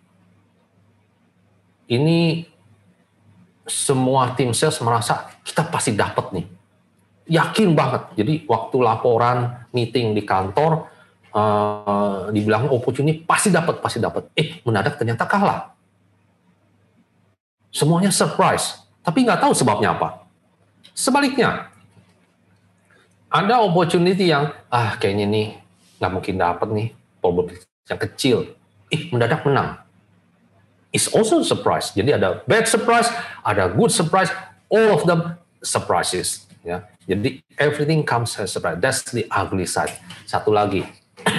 Ini semua tim sales merasa kita pasti dapat nih. Yakin banget. Jadi waktu laporan meeting di kantor, uh, dibilang opportunity pasti dapat, pasti dapat. Eh, mendadak ternyata kalah. Semuanya surprise, tapi nggak tahu sebabnya apa. Sebaliknya, ada opportunity yang, ah kayaknya nih nggak mungkin dapat nih, probabilitasnya kecil. Eh, mendadak menang. It's also a surprise. Jadi ada bad surprise, ada good surprise, all of them surprises. Ya, jadi everything comes as a surprise. That's the ugly side. Satu lagi,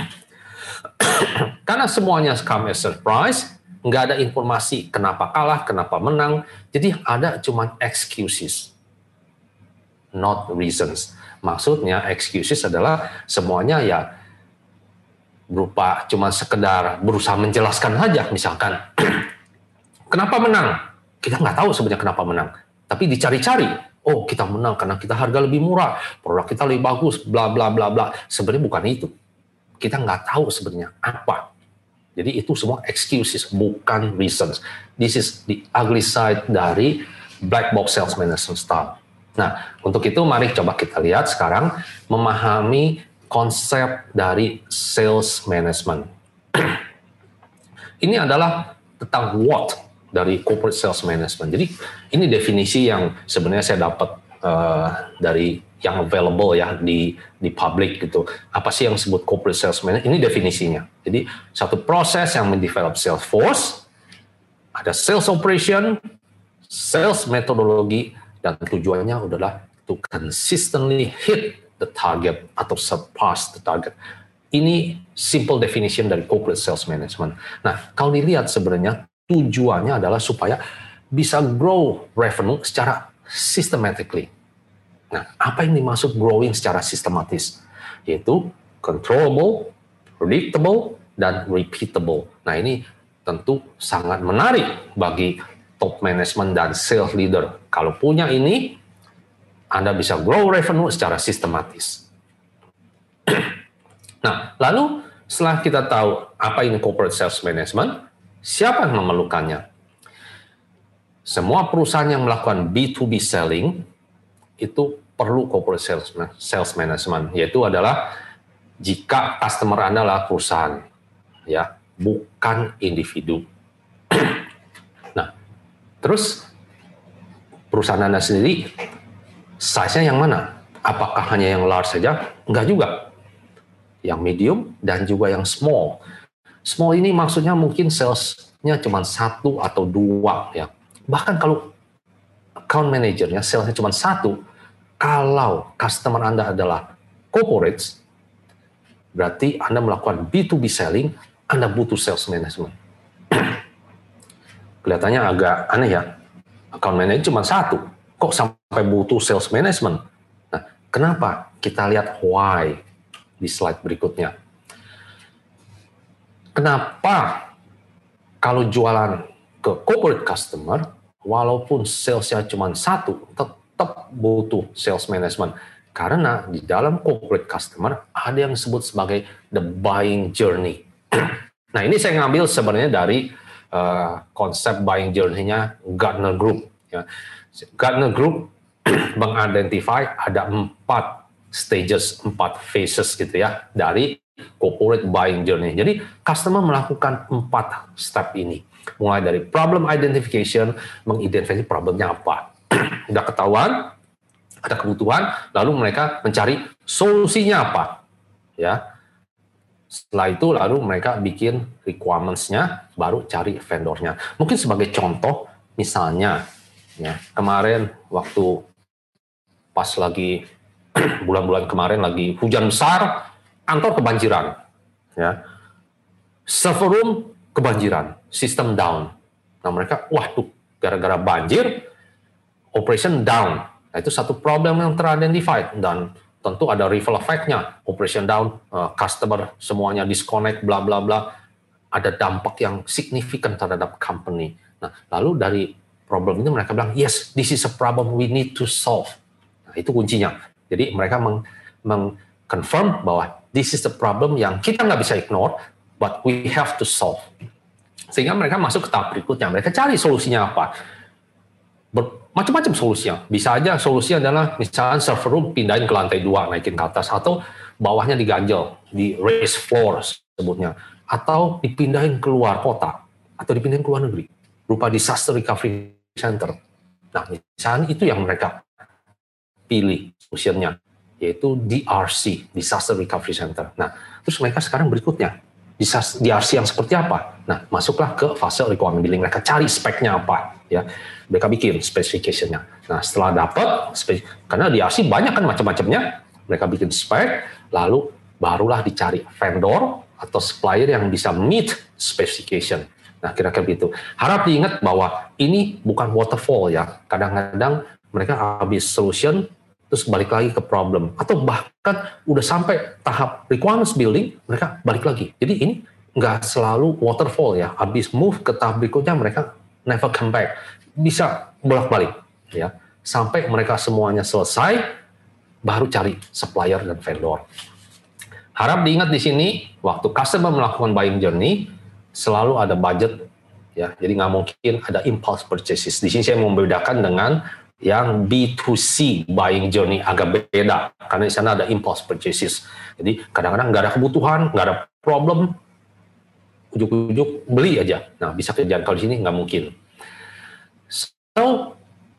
karena semuanya come as a surprise, nggak ada informasi kenapa kalah, kenapa menang. Jadi ada cuma excuses, not reasons. Maksudnya excuses adalah semuanya ya berupa cuma sekedar berusaha menjelaskan saja. Misalkan, kenapa menang? Kita nggak tahu sebenarnya kenapa menang. Tapi dicari-cari, oh kita menang karena kita harga lebih murah, produk kita lebih bagus, bla bla bla bla. Sebenarnya bukan itu. Kita nggak tahu sebenarnya apa. Jadi itu semua excuses, bukan reasons. This is the ugly side dari black box sales management style. Nah, untuk itu mari coba kita lihat sekarang memahami konsep dari sales management. Ini adalah tentang what dari corporate sales management. Jadi ini definisi yang sebenarnya saya dapat uh, dari yang available ya di di public gitu. Apa sih yang disebut corporate sales management? Ini definisinya. Jadi satu proses yang mendevelop sales force, ada sales operation, sales methodology, dan tujuannya adalah to consistently hit the target atau surpass the target. Ini simple definition dari corporate sales management. Nah, kalau dilihat sebenarnya tujuannya adalah supaya bisa grow revenue secara systematically. Nah, apa yang dimaksud growing secara sistematis? Yaitu controllable, predictable, dan repeatable. Nah, ini tentu sangat menarik bagi top management dan sales leader. Kalau punya ini, Anda bisa grow revenue secara sistematis. Nah, lalu setelah kita tahu apa ini corporate sales management, siapa yang memerlukannya? Semua perusahaan yang melakukan B to B selling itu perlu corporate sales, sales management, yaitu adalah jika customer Anda adalah perusahaan, ya, bukan individu. Nah, terus perusahaan Anda sendiri, size-nya yang mana? Apakah hanya yang large saja? Enggak juga. Yang medium dan juga yang small. Small ini maksudnya mungkin sales-nya cuma satu atau dua, ya. Bahkan kalau account manager-nya salesnya cuma satu, kalau customer Anda adalah corporates, berarti Anda melakukan B to B selling, Anda butuh sales management. Kelihatannya agak aneh ya, account manager cuma satu, kok sampai butuh sales management? Nah, kenapa? Kita lihat why di slide berikutnya. Kenapa kalau jualan ke corporate customer, walaupun salesnya cuma satu, tetap butuh sales management? Karena di dalam corporate customer ada yang disebut sebagai the buying journey. Nah, ini saya ngambil sebenarnya dari uh, konsep buying journey-nya Gartner Group. Ya. Gartner Group mengidentify ada empat stages, empat phases gitu ya dari corporate buying journey. Jadi customer melakukan empat step ini. Mulai dari problem identification, mengidentifikasi problemnya apa. Udah ketahuan, ada kebutuhan, lalu mereka mencari solusinya apa. Ya. Setelah itu lalu mereka bikin requirements-nya, baru cari vendornya. Mungkin sebagai contoh, misalnya ya, kemarin waktu pas lagi bulan-bulan kemarin lagi hujan besar, kantor kebanjiran, ya, server room kebanjiran, sistem down. Nah mereka, wah tuh gara-gara banjir, operation down. Nah itu satu problem yang teridentified dan tentu ada ripple effect-nya, operation down, uh, customer semuanya disconnect, bla bla bla, ada dampak yang signifikan terhadap company. Nah lalu dari problem itu mereka bilang, yes, this is a problem we need to solve. Nah itu kuncinya. Jadi mereka meng, meng confirm bahwa this is the problem yang kita nggak bisa ignore, but we have to solve. Sehingga mereka masuk ke tahap berikutnya. Mereka cari solusinya apa. Macam-macam solusinya. Bisa aja solusinya adalah misalnya server room pindahin ke lantai dua, naikin ke atas. Atau bawahnya diganjel, di raise floor sebutnya. Atau dipindahin keluar kota. Atau dipindahin ke luar negeri. Berupa disaster recovery center. Nah, misalnya itu yang mereka pilih solusinya, yaitu D R C, Disaster Recovery Center. Nah, terus mereka sekarang berikutnya, D R C yang seperti apa? Nah, masuklah ke fase requirement building. Mereka cari speknya apa, ya. Mereka bikin specification-nya. Nah, setelah dapat, karena D R C banyak kan macam-macamnya, mereka bikin spek, lalu barulah dicari vendor atau supplier yang bisa meet specification. Nah, kira-kira begitu. Harap diingat bahwa ini bukan waterfall ya. Kadang-kadang mereka habis solution, terus balik lagi ke problem. Atau bahkan udah sampai tahap requirements building, mereka balik lagi. Jadi ini nggak selalu waterfall ya. Habis move ke tahap berikutnya, mereka never come back. Bisa bolak-balik ya. Sampai mereka semuanya selesai, baru cari supplier dan vendor. Harap diingat di sini, waktu customer melakukan buying journey, selalu ada budget. Ya, jadi nggak mungkin ada impulse purchases. Di sini saya membedakan dengan yang B to C buying journey agak beda karena di sana ada impulse purchases. Jadi kadang-kadang nggak ada kebutuhan, nggak ada problem, ujuk-ujuk beli aja. Nah bisa kerjaan, kalau di sini nggak mungkin. So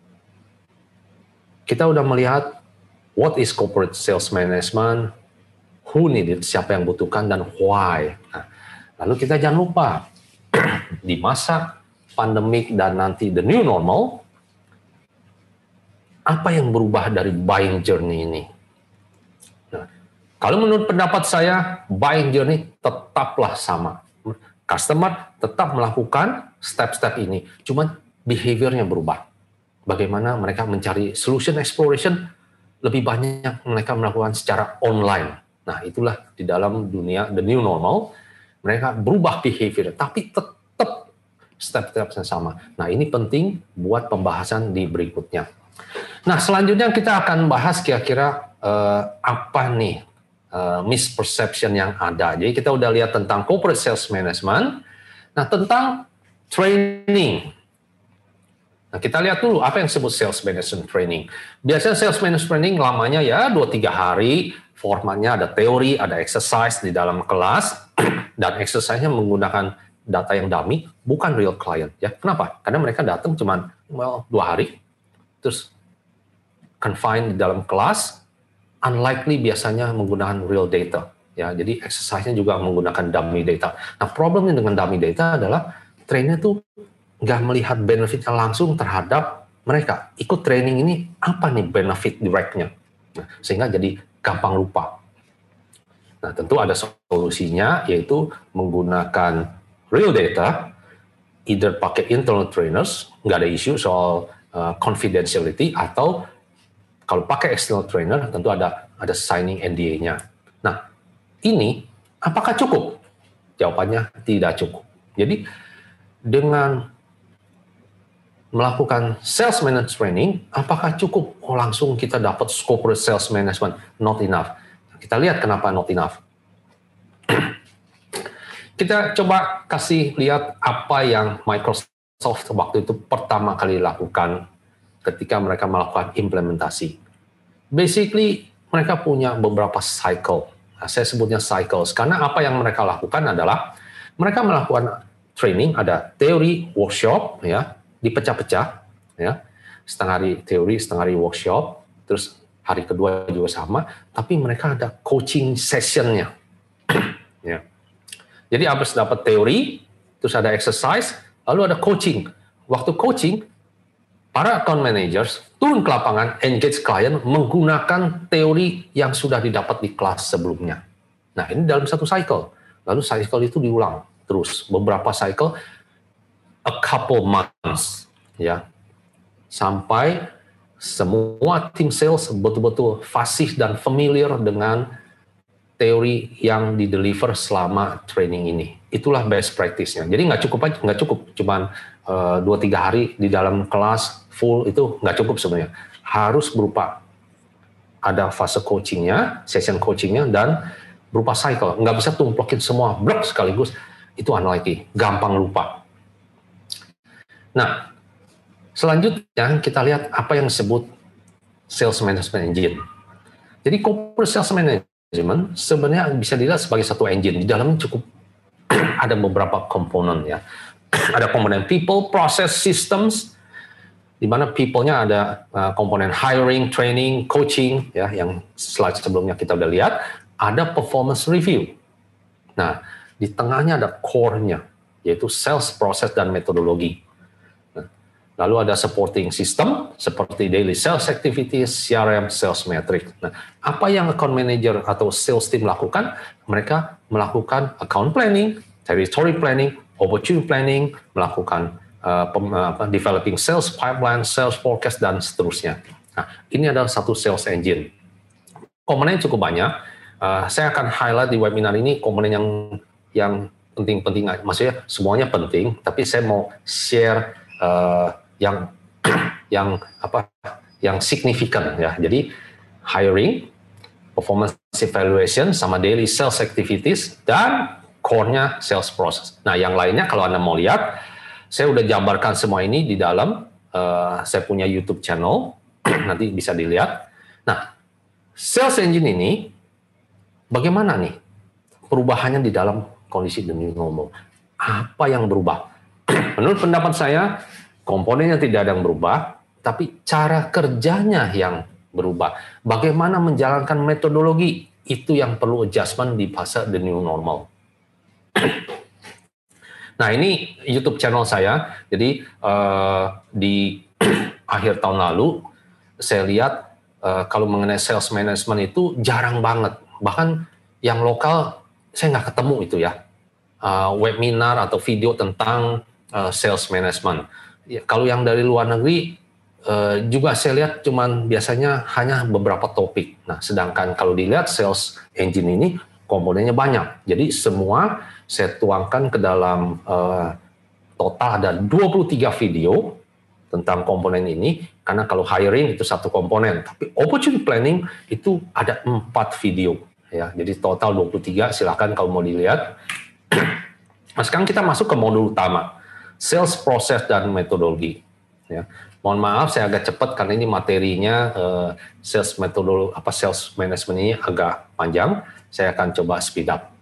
kita udah melihat what is corporate sales management, who need it, siapa yang butuhkan dan why. Nah, lalu kita jangan lupa di masa pandemik dan nanti the new normal, apa yang berubah dari buying journey ini? Nah, kalau menurut pendapat saya, buying journey tetaplah sama. Customer tetap melakukan step-step ini, cuma behavior-nya berubah. Bagaimana mereka mencari solution exploration, lebih banyak mereka melakukan secara online. Nah, itulah di dalam dunia the new normal, mereka berubah behavior, tapi tetap step-step yang sama. Nah, ini penting buat pembahasan di berikutnya. Nah, selanjutnya kita akan bahas kira-kira uh, apa nih uh, misperception yang ada. Jadi kita udah lihat tentang corporate sales management. Nah, tentang training. Nah, kita lihat dulu apa yang disebut sales management training. Biasanya sales management training lamanya ya dua tiga hari, formatnya ada teori, ada exercise di dalam kelas, dan exercise-nya menggunakan data yang dummy, bukan real client. Ya, kenapa? Karena mereka datang cuma well, dua hari, terus confined di dalam kelas, unlikely biasanya menggunakan real data. Ya, jadi exercise-nya juga menggunakan dummy data. Nah, problemnya dengan dummy data adalah trainer tuh nggak melihat benefitnya langsung terhadap mereka. Ikut training ini, apa nih benefit directnya? Nah, sehingga jadi gampang lupa. Nah, tentu ada solusinya, yaitu menggunakan real data, either pakai internal trainers, nggak ada isu soal uh, confidentiality, atau kalau pakai external trainer, tentu ada ada signing N D A-nya. Nah, ini apakah cukup? Jawabannya tidak cukup. Jadi, dengan melakukan sales management training, apakah cukup? Oh, langsung kita dapat corporate sales management. Not enough. Kita lihat kenapa not enough. Kita coba kasih lihat apa yang Microsoft waktu itu pertama kali lakukan ketika mereka melakukan implementasi. Basically, mereka punya beberapa cycle. Nah, saya sebutnya cycles, karena apa yang mereka lakukan adalah mereka melakukan training, ada teori, workshop, ya, dipecah-pecah, ya, setengah hari teori, setengah hari workshop, terus hari kedua juga sama, tapi mereka ada coaching sessionnya, ya. Jadi habis dapat teori, terus ada exercise, lalu ada coaching. Waktu coaching, para account managers turun ke lapangan, engage klien menggunakan teori yang sudah didapat di kelas sebelumnya. Nah, ini dalam satu cycle. Lalu cycle itu diulang terus, beberapa cycle, a couple months, ya, sampai semua tim sales betul-betul fasih dan familiar dengan teori yang dideliver selama training ini. Itulah best practice-nya. Jadi nggak cukup aja, nggak cukup, cuman dua uh, tiga hari di dalam kelas full itu nggak cukup sebenarnya. Harus berupa ada fase coachingnya, session coachingnya, dan berupa cycle. Nggak bisa tumplokin semua blok sekaligus. Itu unlikely, gampang lupa. Nah, selanjutnya kita lihat apa yang disebut sales management engine. Jadi corporate sales management sebenarnya bisa dilihat sebagai satu engine. Di dalamnya cukup ada beberapa komponen, ya. Ada komponen people, process, systems, di mana people-nya ada uh, komponen hiring, training, coaching, ya, yang slide sebelumnya kita udah lihat. Ada performance review. Nah, di tengahnya ada core-nya, yaitu sales process dan metodologi. Lalu ada supporting system seperti daily sales activities, C R M, sales metric. Nah, apa yang account manager atau sales team lakukan? Mereka melakukan account planning, territory planning, opportunity planning, melakukan uh, pem, uh, developing sales pipeline, sales forecast, dan seterusnya. Nah, ini adalah satu sales engine. Komponen cukup banyak. Uh, saya akan highlight di webinar ini komponen yang yang penting-penting. Maksudnya semuanya penting, tapi saya mau share uh, yang yang apa yang signifikan, ya. Jadi hiring, performance evaluation, sama daily sales activities, dan core-nya sales process. Nah, yang lainnya kalau Anda mau lihat, saya udah jabarkan semua ini di dalam uh, saya punya YouTube channel, nanti bisa dilihat. Nah, sales engine ini bagaimana nih perubahannya di dalam kondisi the new normal? Apa yang berubah? Menurut pendapat saya, komponennya tidak ada yang berubah, tapi cara kerjanya yang berubah. Bagaimana menjalankan metodologi, itu yang perlu adjustment di fase the new normal. Nah, ini YouTube channel saya. Jadi uh, di akhir tahun lalu, saya lihat uh, kalau mengenai sales management itu jarang banget. Bahkan yang lokal, saya nggak ketemu itu, ya. Uh, webinar atau video tentang uh, sales management. Ya, kalau yang dari luar negeri uh, juga saya lihat cuman biasanya hanya beberapa topik. Nah, sedangkan kalau dilihat sales engine ini komponennya banyak. Jadi semua saya tuangkan ke dalam uh, total ada dua puluh tiga video tentang komponen ini, karena kalau hiring itu satu komponen, tapi opportunity planning itu ada empat video, ya. Jadi total dua puluh tiga, silakan kalau mau dilihat. Nah, sekarang kita masuk ke modul utama, sales process dan metodologi, ya. Mohon maaf saya agak cepat karena ini materinya uh, sales metodologi apa sales management ini agak panjang. Saya akan coba speed up.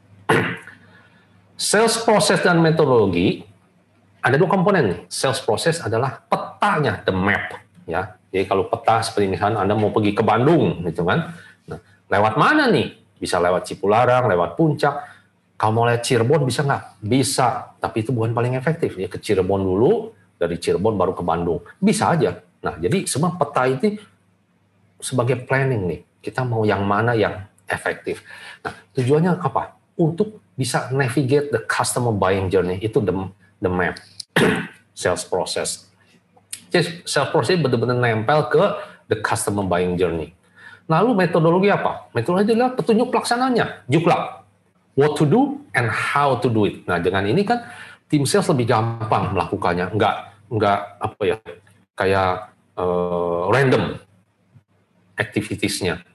Sales process dan metodologi ada dua komponen nih. Sales process adalah petanya, the map, ya. Jadi kalau peta seperti misalnya Anda mau pergi ke Bandung, gitu kan. Nah, lewat mana nih? Bisa lewat Cipularang, lewat Puncak. Kalau mau lewat Cirebon bisa nggak? Bisa, tapi itu bukan paling efektif. Ya, ke Cirebon dulu, dari Cirebon baru ke Bandung. Bisa aja. Nah, jadi semua peta itu sebagai planning nih. Kita mau yang mana yang efektif. Nah, tujuannya apa? Untuk bisa navigate the customer buying journey, itu the, the map, sales process. Jadi sales process benar-benar nempel ke the customer buying journey. Lalu metodologi apa? Metodologi adalah petunjuk pelaksananya, juklak. What to do and how to do it. Nah, dengan ini kan tim sales lebih gampang melakukannya, nggak nggak apa ya kayak uh, random activitiesnya.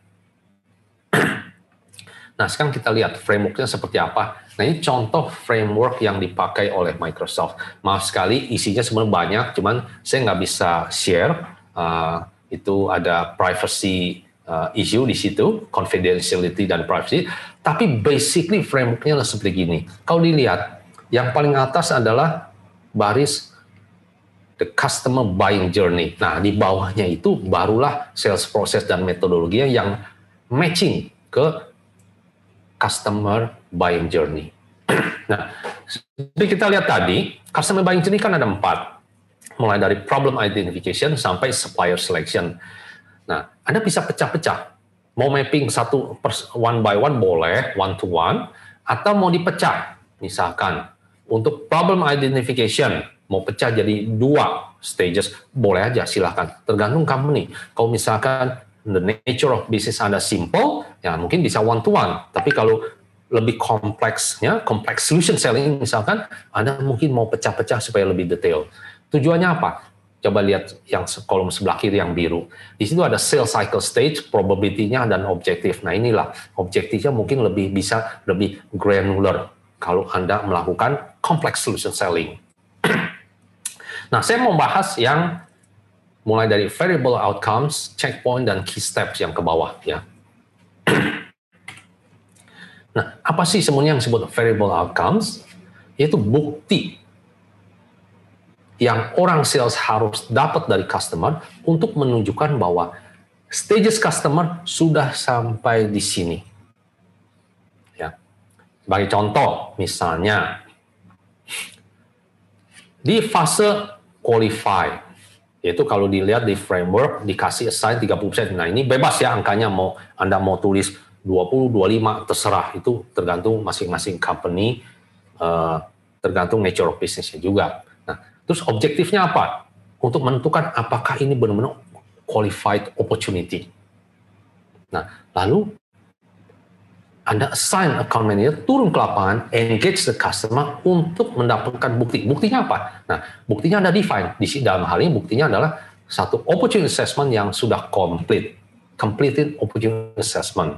Nah, sekarang kita lihat frameworknya seperti apa. Nah, ini contoh framework yang dipakai oleh Microsoft. Maaf sekali, isinya sebenarnya banyak, cuman saya nggak bisa share. Uh, itu ada privacy uh, issue di situ, confidentiality dan privacy. Tapi basically frameworknya seperti gini. Kalau dilihat, yang paling atas adalah baris the customer buying journey. Nah, di bawahnya itu barulah sales process dan metodologinya yang matching ke customer buying journey. Nah, seperti kita lihat tadi, customer buying journey kan ada empat. Mulai dari problem identification sampai supplier selection. Nah, Anda bisa pecah-pecah. Mau mapping satu one by one boleh, one to one, atau mau dipecah. Misalkan, untuk problem identification, mau pecah jadi dua stages, boleh aja, silahkan. Tergantung company. Kalau misalkan the nature of business Anda simple, ya mungkin bisa one to one. Tapi kalau lebih kompleksnya, complex solution selling misalkan, Anda mungkin mau pecah-pecah supaya lebih detail. Tujuannya apa? Coba lihat yang kolom sebelah kiri yang biru. Di situ ada sales cycle stage, probability-nya dan objektif. Nah, inilah objektifnya mungkin lebih bisa lebih granular kalau Anda melakukan complex solution selling. Nah, saya mau bahas yang mulai dari variable outcomes, checkpoint, dan key steps yang ke bawah. Ya. Nah, apa sih sebenarnya yang disebut variable outcomes? Yaitu bukti yang orang sales harus dapat dari customer untuk menunjukkan bahwa stages customer sudah sampai di sini. Ya. Bagi contoh, misalnya di fase qualify, yaitu kalau dilihat di framework dikasih assign tiga puluh persen. Nah, ini bebas ya angkanya, mau Anda mau tulis dua puluh, dua puluh lima, terserah. Itu tergantung masing-masing company, uh, tergantung nature of business-nya juga. Nah, terus objektifnya apa? Untuk menentukan apakah ini benar-benar qualified opportunity. Nah, lalu Anda assign account manager turun ke lapangan, engage the customer untuk mendapatkan bukti. Buktinya apa? Nah, buktinya Anda define. Di sini dalam hal ini buktinya adalah satu opportunity assessment yang sudah complete. Completed opportunity assessment.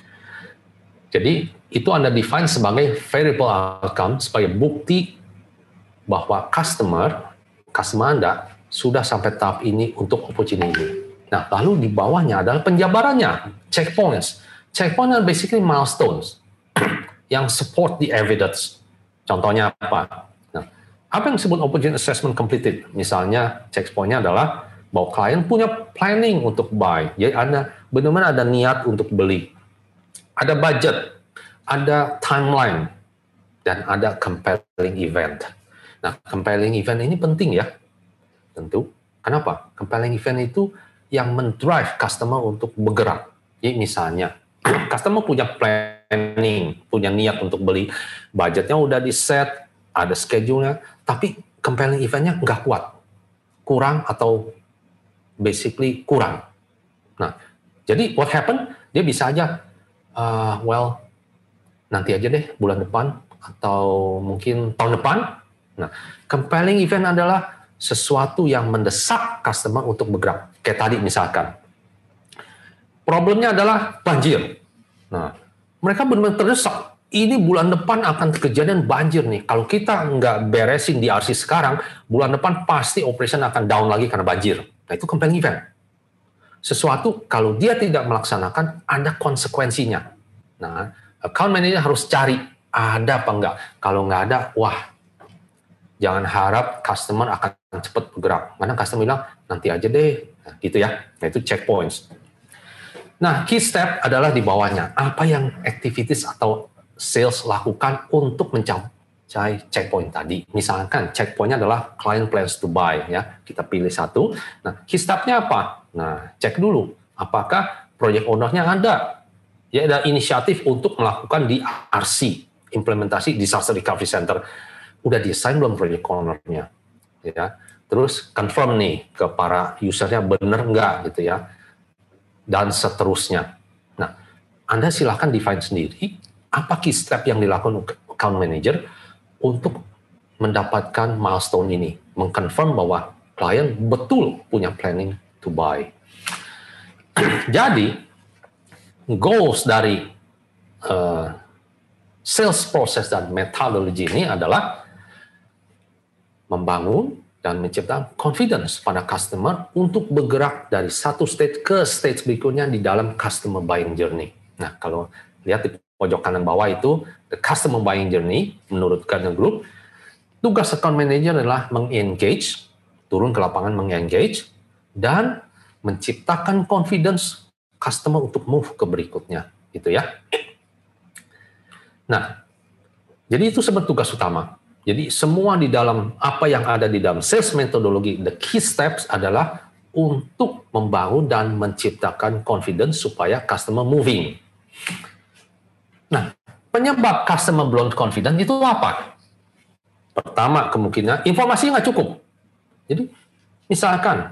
Jadi, itu Anda define sebagai variable outcome, sebagai bukti bahwa customer, customer Anda sudah sampai tahap ini untuk opportunity. Nah, lalu di bawahnya adalah penjabarannya, checkpoints. Checkpoint adalah basically milestones yang support the evidence. Contohnya apa? Nah, apa yang disebut opportunity assessment completed? Misalnya, checkpointnya adalah bahwa klien punya planning untuk buy. Jadi Anda benar-benar ada niat untuk beli. Ada budget, ada timeline, dan ada compelling event. Nah, compelling event ini penting ya, tentu. Kenapa? Compelling event itu yang mendrive customer untuk bergerak. Jadi misalnya, customer punya planning, punya niat untuk beli, budgetnya udah di set, ada schedule-nya, tapi compelling event-nya nggak kuat, kurang atau basically kurang. Nah, jadi what happen? Dia bisa aja, uh, well, nanti aja deh bulan depan atau mungkin tahun depan. Nah, compelling event adalah sesuatu yang mendesak customer untuk bergerak. Kayak tadi misalkan, problemnya adalah banjir. Nah, mereka benar-benar terdesak. Ini bulan depan akan kejadian banjir nih. Kalau kita nggak beresin di R C sekarang, bulan depan pasti operation akan down lagi karena banjir. Nah, itu compelling event. Sesuatu kalau dia tidak melaksanakan, ada konsekuensinya. Nah, account manager harus cari ada apa enggak. Kalau nggak ada, wah, jangan harap customer akan cepat bergerak. Karena customer bilang, nanti aja deh. Nah, gitu ya. Nah, itu checkpoints. Nah, key step adalah di bawahnya. Apa yang activities atau sales lakukan untuk mencapai checkpoint tadi. Misalkan checkpointnya adalah client plans to buy. Ya, kita pilih satu. Nah, key step-nya apa? Nah, cek dulu. Apakah project owner-nya ada? ya ada inisiatif untuk melakukan D R C, implementasi Disaster Recovery Center. Udah desain belum project owner-nya? Ya. Terus confirm nih ke para usernya benar nggak gitu ya, dan seterusnya. Nah, Anda silahkan define sendiri apa key step yang dilakukan account manager untuk mendapatkan milestone ini, mengkonfirm bahwa klien betul punya planning to buy. Jadi, goals dari uh, sales process dan methodology ini adalah membangun dan menciptakan confidence pada customer untuk bergerak dari satu stage ke stage berikutnya di dalam customer buying journey. Nah, kalau lihat di pojok kanan bawah itu, the customer buying journey, menurut Gartner Group, tugas account manager adalah meng-engage, turun ke lapangan meng-engage, dan menciptakan confidence customer untuk move ke berikutnya, gitu ya. Nah, jadi itu sebenarnya tugas utama. Jadi semua di dalam apa yang ada di dalam sales methodology, the key steps adalah untuk membangun dan menciptakan confidence supaya customer moving. Nah, penyebab customer belum confident itu apa? Pertama, kemungkinan informasi nggak cukup. Jadi, misalkan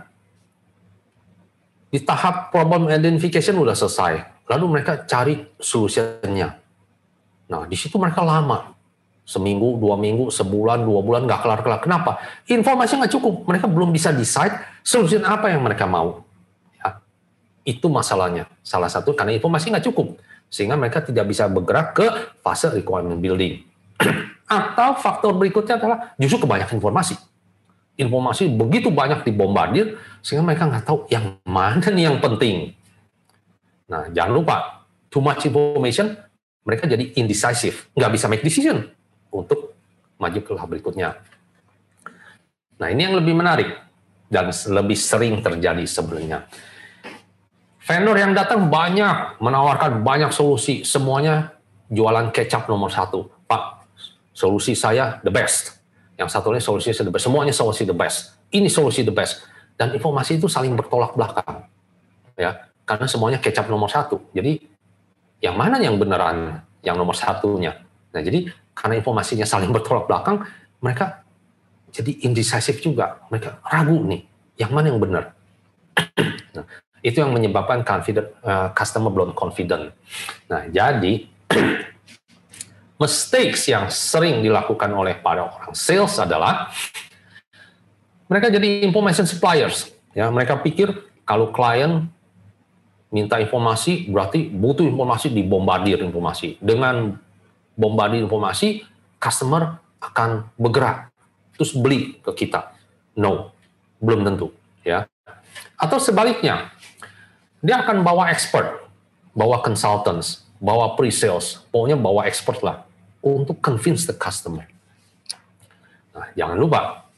di tahap problem identification udah selesai, lalu mereka cari solusinya. Nah, di situ mereka lama. Seminggu, dua minggu, sebulan, dua bulan, nggak kelar-kelar. Kenapa? Informasi nggak cukup. Mereka belum bisa decide solusi apa yang mereka mau. Ya, itu masalahnya. Salah satu karena informasi nggak cukup. Sehingga mereka tidak bisa bergerak ke fase requirement building. Atau faktor berikutnya adalah justru kebanyakan informasi. Informasi begitu banyak dibombardir, sehingga mereka nggak tahu yang mana nih yang penting. Nah, jangan lupa, too much information, mereka jadi indecisive, nggak bisa make decision untuk maju ke tahap berikutnya. Nah, ini yang lebih menarik dan lebih sering terjadi sebenarnya. Vendor yang datang banyak, menawarkan banyak solusi, semuanya jualan kecap nomor satu. Pak, solusi saya the best. Yang satunya solusi the best. Semuanya solusi the best. Ini solusi the best. Dan informasi itu saling bertolak belakang. Ya, karena semuanya kecap nomor satu. Jadi, yang mana yang beneran yang nomor satunya? Nah, jadi karena informasinya saling bertolak belakang, mereka jadi indecisive juga. Mereka ragu nih, yang mana yang benar? Nah, itu yang menyebabkan confident, uh, customer belum confident. Nah, jadi mistakes yang sering dilakukan oleh para orang sales adalah mereka jadi information suppliers. Ya, mereka pikir kalau klien minta informasi berarti butuh informasi, dibombardir informasi. Dengan bombardir informasi, customer akan bergerak terus beli ke kita. No, belum tentu. Ya. Atau sebaliknya, dia akan bawa expert, bawa consultants, bawa pre-sales, pokoknya bawa expert lah untuk convince the customer. Nah, jangan lupa,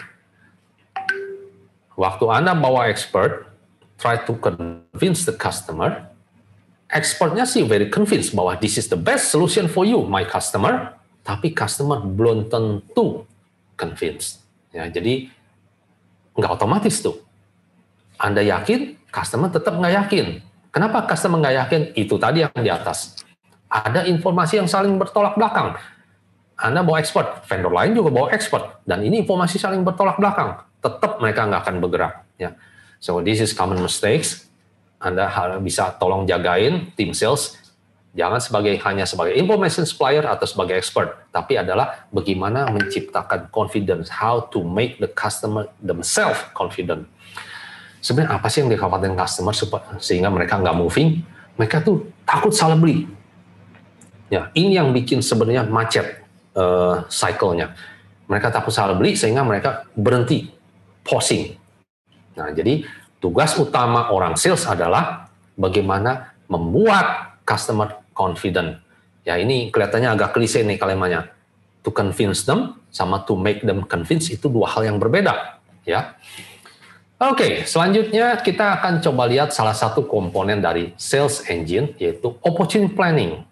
waktu Anda bawa expert, try to convince the customer, expertnya sih very convinced bahwa this is the best solution for you, my customer, tapi customer belum tentu convinced. Ya, jadi nggak otomatis tuh. Anda yakin, customer tetap nggak yakin. Kenapa customer nggak yakin? Itu tadi yang di atas. Ada informasi yang saling bertolak belakang. Anda bawa expert, vendor lain juga bawa expert, dan ini informasi saling bertolak belakang. Tetap mereka nggak akan bergerak. Ya. So this is common mistakes. Anda harus bisa tolong jagain tim sales, jangan sebagai hanya sebagai information supplier atau sebagai expert, tapi adalah bagaimana menciptakan confidence, how to make the customer themselves confident. Sebenarnya apa sih yang dikhawatirkan customer sehingga mereka nggak moving? Mereka tuh takut salah beli. Ya, ini yang bikin sebenarnya macet uh, cycle-nya. Mereka takut salah beli sehingga mereka berhenti, pausing. Nah, jadi tugas utama orang sales adalah bagaimana membuat customer confident. Ya, ini kelihatannya agak klise nih kalimatnya. To convince them sama to make them convince itu dua hal yang berbeda. Ya. Oke, selanjutnya kita akan coba lihat salah satu komponen dari sales engine, yaitu opportunity planning.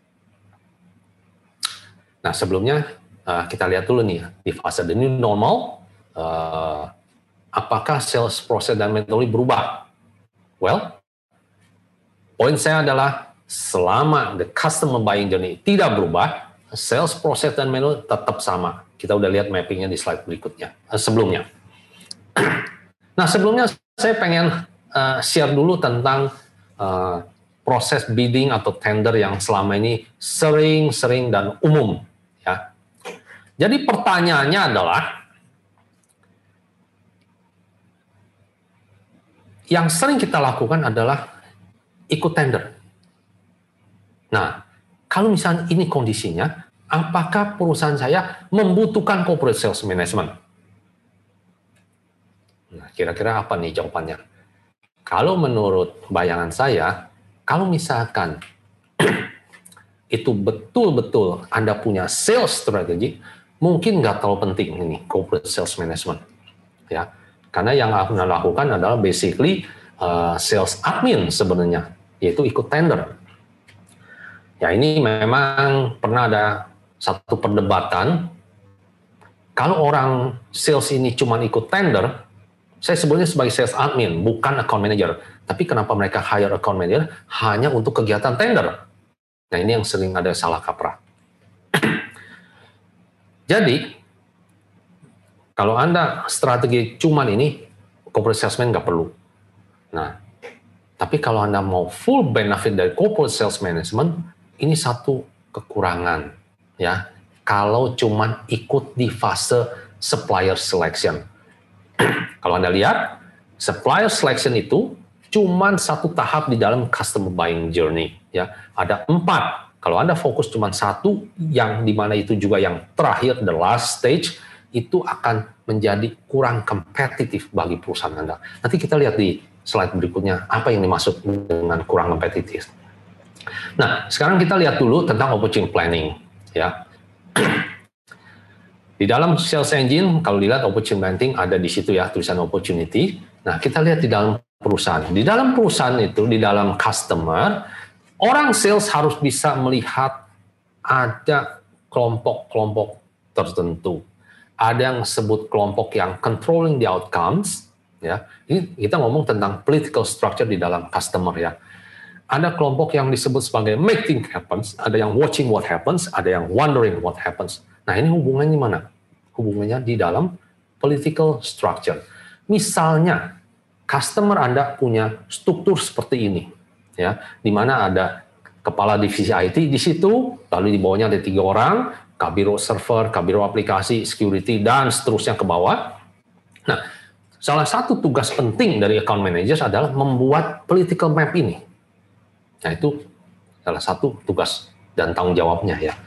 Nah, sebelumnya uh, kita lihat dulu nih, di fase the new normal, uh, apakah sales process dan metodologi berubah? Well, poin saya adalah selama the customer buying journey tidak berubah, sales process dan menu tetap sama. Kita udah lihat mappingnya di slide berikutnya, eh, sebelumnya. Nah, sebelumnya saya pengen uh, share dulu tentang uh, proses bidding atau tender yang selama ini sering-sering dan umum. Ya. Jadi pertanyaannya adalah, yang sering kita lakukan adalah ikut tender. Nah, kalau misalnya ini kondisinya, apakah perusahaan saya membutuhkan corporate sales management? Nah, kira-kira apa nih jawabannya? Kalau menurut bayangan saya, kalau misalkan itu betul-betul Anda punya sales strategy, mungkin nggak terlalu penting ini corporate sales management. Ya, karena yang Anda lakukan adalah basically uh, sales admin sebenarnya, yaitu ikut tender. Ya, ini memang pernah ada satu perdebatan. Kalau orang sales ini cuma ikut tender, saya sebutnya sebagai sales admin, bukan account manager. Tapi kenapa mereka hire account manager hanya untuk kegiatan tender? Nah, ini yang sering ada salah kaprah. Jadi, kalau Anda strategi cuma ini, corporate salesman nggak perlu. Nah, tapi kalau Anda mau full benefit dari corporate sales management, ini satu kekurangan, ya. Kalau cuma ikut di fase supplier selection. Kalau Anda lihat, supplier selection itu cuma satu tahap di dalam customer buying journey, ya. Ada empat. Kalau Anda fokus cuma satu, yang dimana itu juga yang terakhir, the last stage, itu akan menjadi kurang kompetitif bagi perusahaan Anda. Nanti kita lihat di slide berikutnya apa yang dimaksud dengan kurang kompetitif. Nah, sekarang kita lihat dulu tentang opportunity planning, ya. Di dalam sales engine, kalau dilihat opportunity planning ada di situ ya, tulisan opportunity. Nah, kita lihat di dalam perusahaan. Di dalam perusahaan itu, di dalam customer, orang sales harus bisa melihat ada kelompok-kelompok tertentu. Ada yang sebut kelompok yang controlling the outcomes, ya. Ini kita ngomong tentang political structure di dalam customer ya. Ada kelompok yang disebut sebagai make things happen, ada yang watching what happens, ada yang wondering what happens. Nah, ini hubungannya mana? Hubungannya di dalam political structure. Misalnya, customer Anda punya struktur seperti ini, ya, di mana ada kepala divisi I T di situ, lalu di bawahnya ada tiga orang, kabiro server, kabiro aplikasi, security, dan seterusnya ke bawah. Nah, salah satu tugas penting dari account managers adalah membuat political map ini. Nah, itu salah satu tugas dan tanggung jawabnya ya.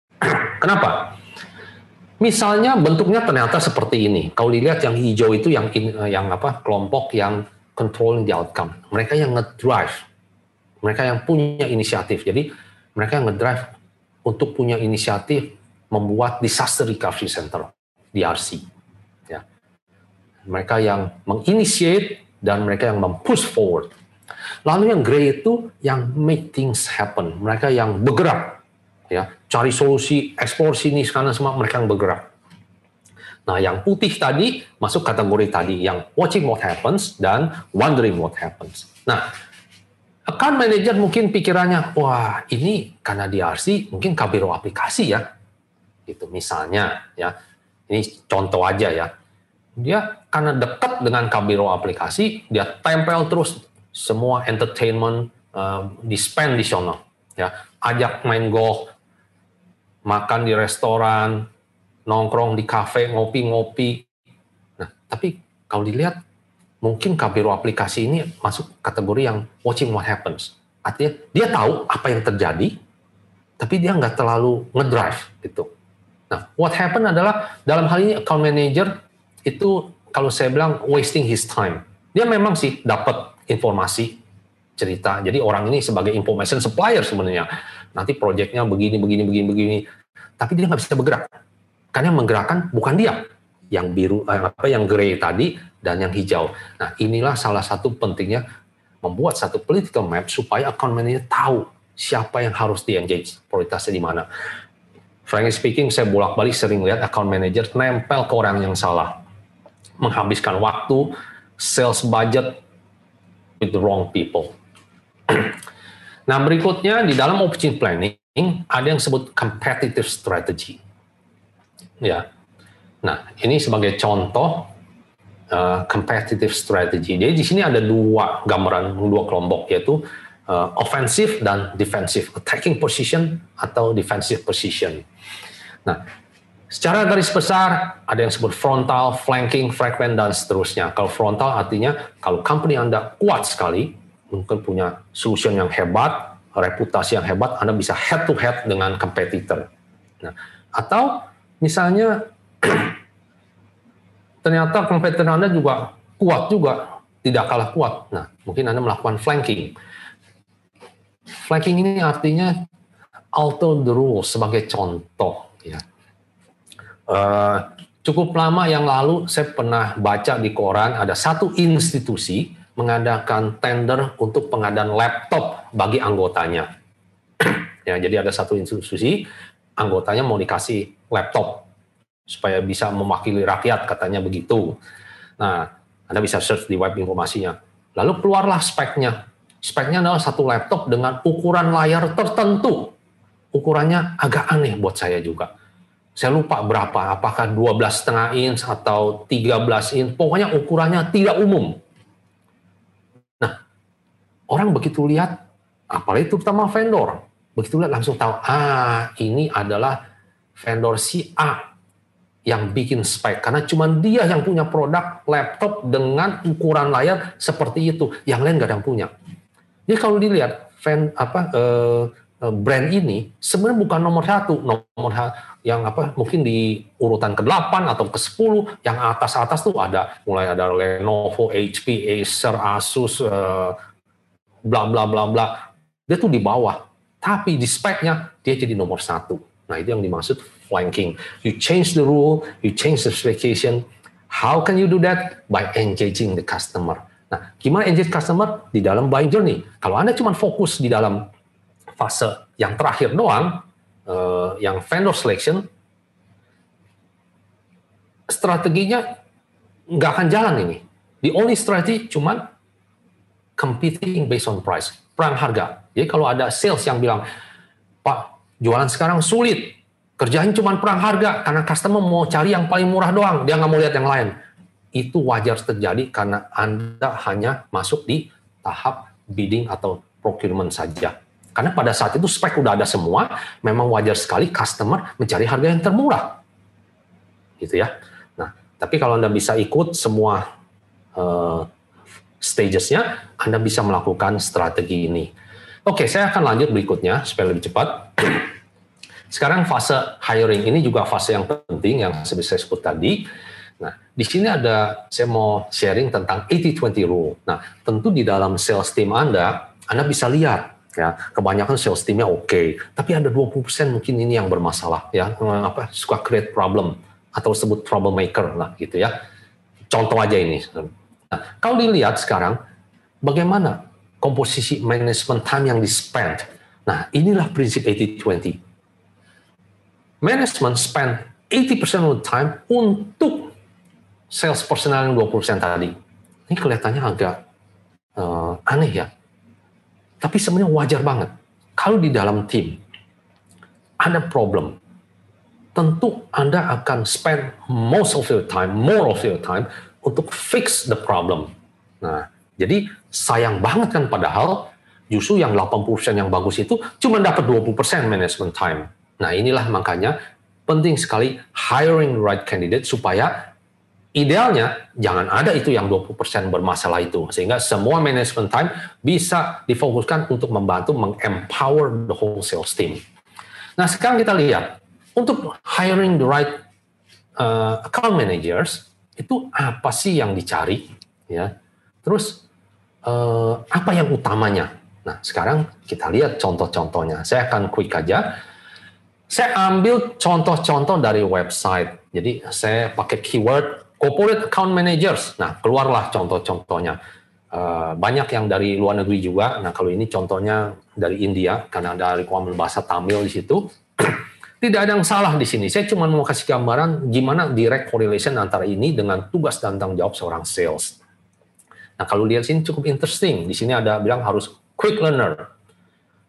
Kenapa? Misalnya bentuknya ternyata seperti ini. Kalau dilihat yang hijau itu yang yang apa? Kelompok yang controlling the outcome. Mereka yang ngedrive. Mereka yang punya inisiatif. Jadi mereka yang ngedrive untuk punya inisiatif membuat disaster recovery center, D R C. Ya. Mereka yang menginitiate dan mereka yang mempush forward. Lalu yang grey itu yang make things happen. Mereka yang bergerak, ya, cari solusi, eksplor sini, sekarang semua mereka yang bergerak. Nah, yang putih tadi masuk kategori tadi, yang watching what happens dan wondering what happens. Nah, account manager mungkin pikirannya, wah ini karena D R C mungkin kabiro aplikasi ya, gitu misalnya ya. Ini contoh aja ya. Dia karena dekat dengan kabiro aplikasi, dia tempel terus semua entertainment uh, di spend di sana, ya, ajak main golf, makan di restoran, nongkrong di kafe, ngopi-ngopi. Nah, tapi kalau dilihat mungkin kabiro aplikasi ini masuk kategori yang watching what happens. Artinya dia tahu apa yang terjadi, tapi dia nggak terlalu ngedrive gitu. Nah, what happen adalah dalam hal ini account manager itu kalau saya bilang wasting his time. Dia memang sih dapat informasi, cerita. Jadi orang ini sebagai information supplier sebenarnya. Nanti proyeknya begini, begini, begini, begini. Tapi dia nggak bisa bergerak. Karena yang menggerakkan bukan dia. Yang biru, apa yang grey tadi dan yang hijau. Nah, inilah salah satu pentingnya membuat satu political map supaya account manager tahu siapa yang harus di-engage, prioritasnya di mana. Frankly speaking, saya bolak-balik sering lihat account manager nempel ke orang yang salah. Menghabiskan waktu, sales budget with the wrong people. Nah, berikutnya di dalam opportunity planning ada yang disebut competitive strategy. Ya. Nah, ini sebagai contoh uh, competitive strategy. Jadi di sini ada dua gambaran, dua kelompok, yaitu uh, offensive dan defensive, attacking position atau defensive position. Nah, secara garis besar ada yang disebut frontal, flanking, fragment, dan seterusnya. Kalau frontal artinya kalau company Anda kuat sekali, mungkin punya solution yang hebat, reputasi yang hebat, Anda bisa head to head dengan competitor. Nah, atau misalnya ternyata kompetitor Anda juga kuat juga, tidak kalah kuat. Nah, mungkin Anda melakukan flanking. Flanking ini artinya alter the rules sebagai contoh. Ya. Uh, cukup lama yang lalu saya pernah baca di koran ada satu institusi mengadakan tender untuk pengadaan laptop bagi anggotanya. Ya, jadi ada satu institusi, anggotanya mau dikasih laptop supaya bisa mewakili rakyat, katanya begitu. Nah, Anda bisa search di web informasinya. Lalu keluarlah speknya. Speknya adalah satu laptop dengan ukuran layar tertentu. Ukurannya agak aneh buat saya juga. Saya lupa berapa, apakah dua belas koma lima inch atau tiga belas inch, pokoknya ukurannya tidak umum. Nah, orang begitu lihat, apalagi terutama vendor, begitu lihat langsung tahu, ah ini adalah vendor si A yang bikin spek, karena cuma dia yang punya produk laptop dengan ukuran layar seperti itu, yang lain nggak ada yang punya. Jadi kalau dilihat fan, apa, eh, brand ini sebenarnya bukan nomor satu, nomor yang apa mungkin di urutan ke delapan atau ke sepuluh, yang atas-atas tuh ada mulai ada Lenovo, H P, Acer, Asus, eh, bla bla bla bla. Dia tuh di bawah, tapi di speknya dia jadi nomor satu. Nah, itu yang dimaksud flanking. You change the rule, you change the specification. How can you do that? By engaging the customer. Nah, gimana engage customer? Di dalam buying journey. Kalau Anda cuma fokus di dalam fase yang terakhir doang, uh, yang vendor selection, strateginya nggak akan jalan ini. The only strategy cuma competing based on price, perang harga. Jadi kalau ada sales yang bilang, Pak, jualan sekarang sulit, kerjain cuma perang harga, karena customer mau cari yang paling murah doang, dia nggak mau lihat yang lain. Itu wajar terjadi karena Anda hanya masuk di tahap bidding atau procurement saja. Karena pada saat itu spek udah ada semua, memang wajar sekali customer mencari harga yang termurah. Gitu ya. Nah, tapi kalau Anda bisa ikut semua uh, stages-nya, Anda bisa melakukan strategi ini. Oke, saya akan lanjut berikutnya supaya lebih cepat. Sekarang fase hiring ini juga fase yang penting yang seperti saya sebut tadi. Nah, di sini ada, saya mau sharing tentang eighty twenty rule. Nah, tentu di dalam sales team Anda, Anda bisa lihat, ya, kebanyakan sales teamnya oke, okay, tapi ada dua puluh persen mungkin ini yang bermasalah, ya, apa, suka create problem, atau sebut troublemaker lah, gitu ya. Contoh aja ini. Nah, kalau dilihat sekarang, bagaimana komposisi management time yang di-spend. Nah, inilah prinsip eighty twenty. Management spend eighty percent of the time untuk sales personal yang dua puluh persen tadi. Ini kelihatannya agak uh, aneh ya. Tapi sebenarnya wajar banget. Kalau di dalam tim ada problem, tentu Anda akan spend most of your time, more of your time untuk fix the problem. Nah, jadi sayang banget kan padahal justru yang delapan puluh persen yang bagus itu cuma dapat dua puluh persen management time. Nah, inilah makanya penting sekali hiring the right candidate supaya idealnya jangan ada itu yang dua puluh persen bermasalah itu, sehingga semua management time bisa difokuskan untuk membantu meng-empower the whole sales team. Nah, sekarang kita lihat untuk hiring the right uh, account managers itu apa sih yang dicari, ya? Terus uh, apa yang utamanya? Nah, sekarang kita lihat contoh-contohnya. Saya akan quick aja. Saya ambil contoh-contoh dari website. Jadi saya pakai keyword corporate account managers. Nah, keluarlah contoh-contohnya. Uh, banyak yang dari luar negeri juga. Nah, kalau ini contohnya dari India, karena ada requirement bahasa Tamil di situ. Tidak ada yang salah di sini. Saya cuma mau kasih gambaran gimana direct correlation antara ini dengan tugas dan tanggung jawab seorang sales. Nah, kalau lihat sini cukup interesting. Di sini ada bilang harus quick learner.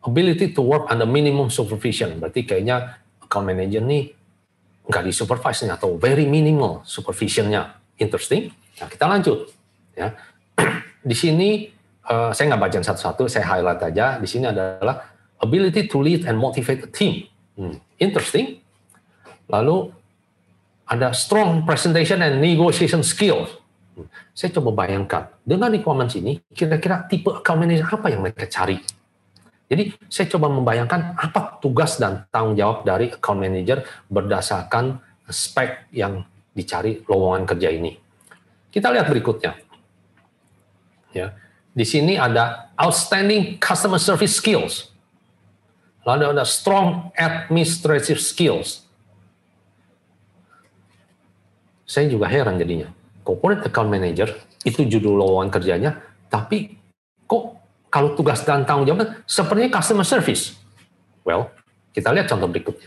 ability to work under minimum supervision. Berarti kayaknya account manager nih nggak disupervise nih, atau very minimal supervisionnya. Interesting. Nah, kita lanjut. Ya. Di sini uh, saya nggak baca satu-satu, saya highlight aja. Di sini adalah ability to lead and motivate a team. Hmm, interesting. Lalu ada strong presentation and negotiation skills. Hmm, saya coba bayangkan dengan requirements ini, kira-kira tipe account manager apa yang mereka cari. Jadi saya coba membayangkan apa tugas dan tanggung jawab dari account manager berdasarkan spek yang dicari lowongan kerja ini. Kita lihat berikutnya. Ya, di sini ada outstanding customer service skills. Lalu ada strong administrative skills. Saya juga heran jadinya. Corporate account manager itu judul lowongan kerjanya, tapi kok kalau tugas dan tanggung jawab sepertinya customer service. Well, kita lihat contoh berikutnya.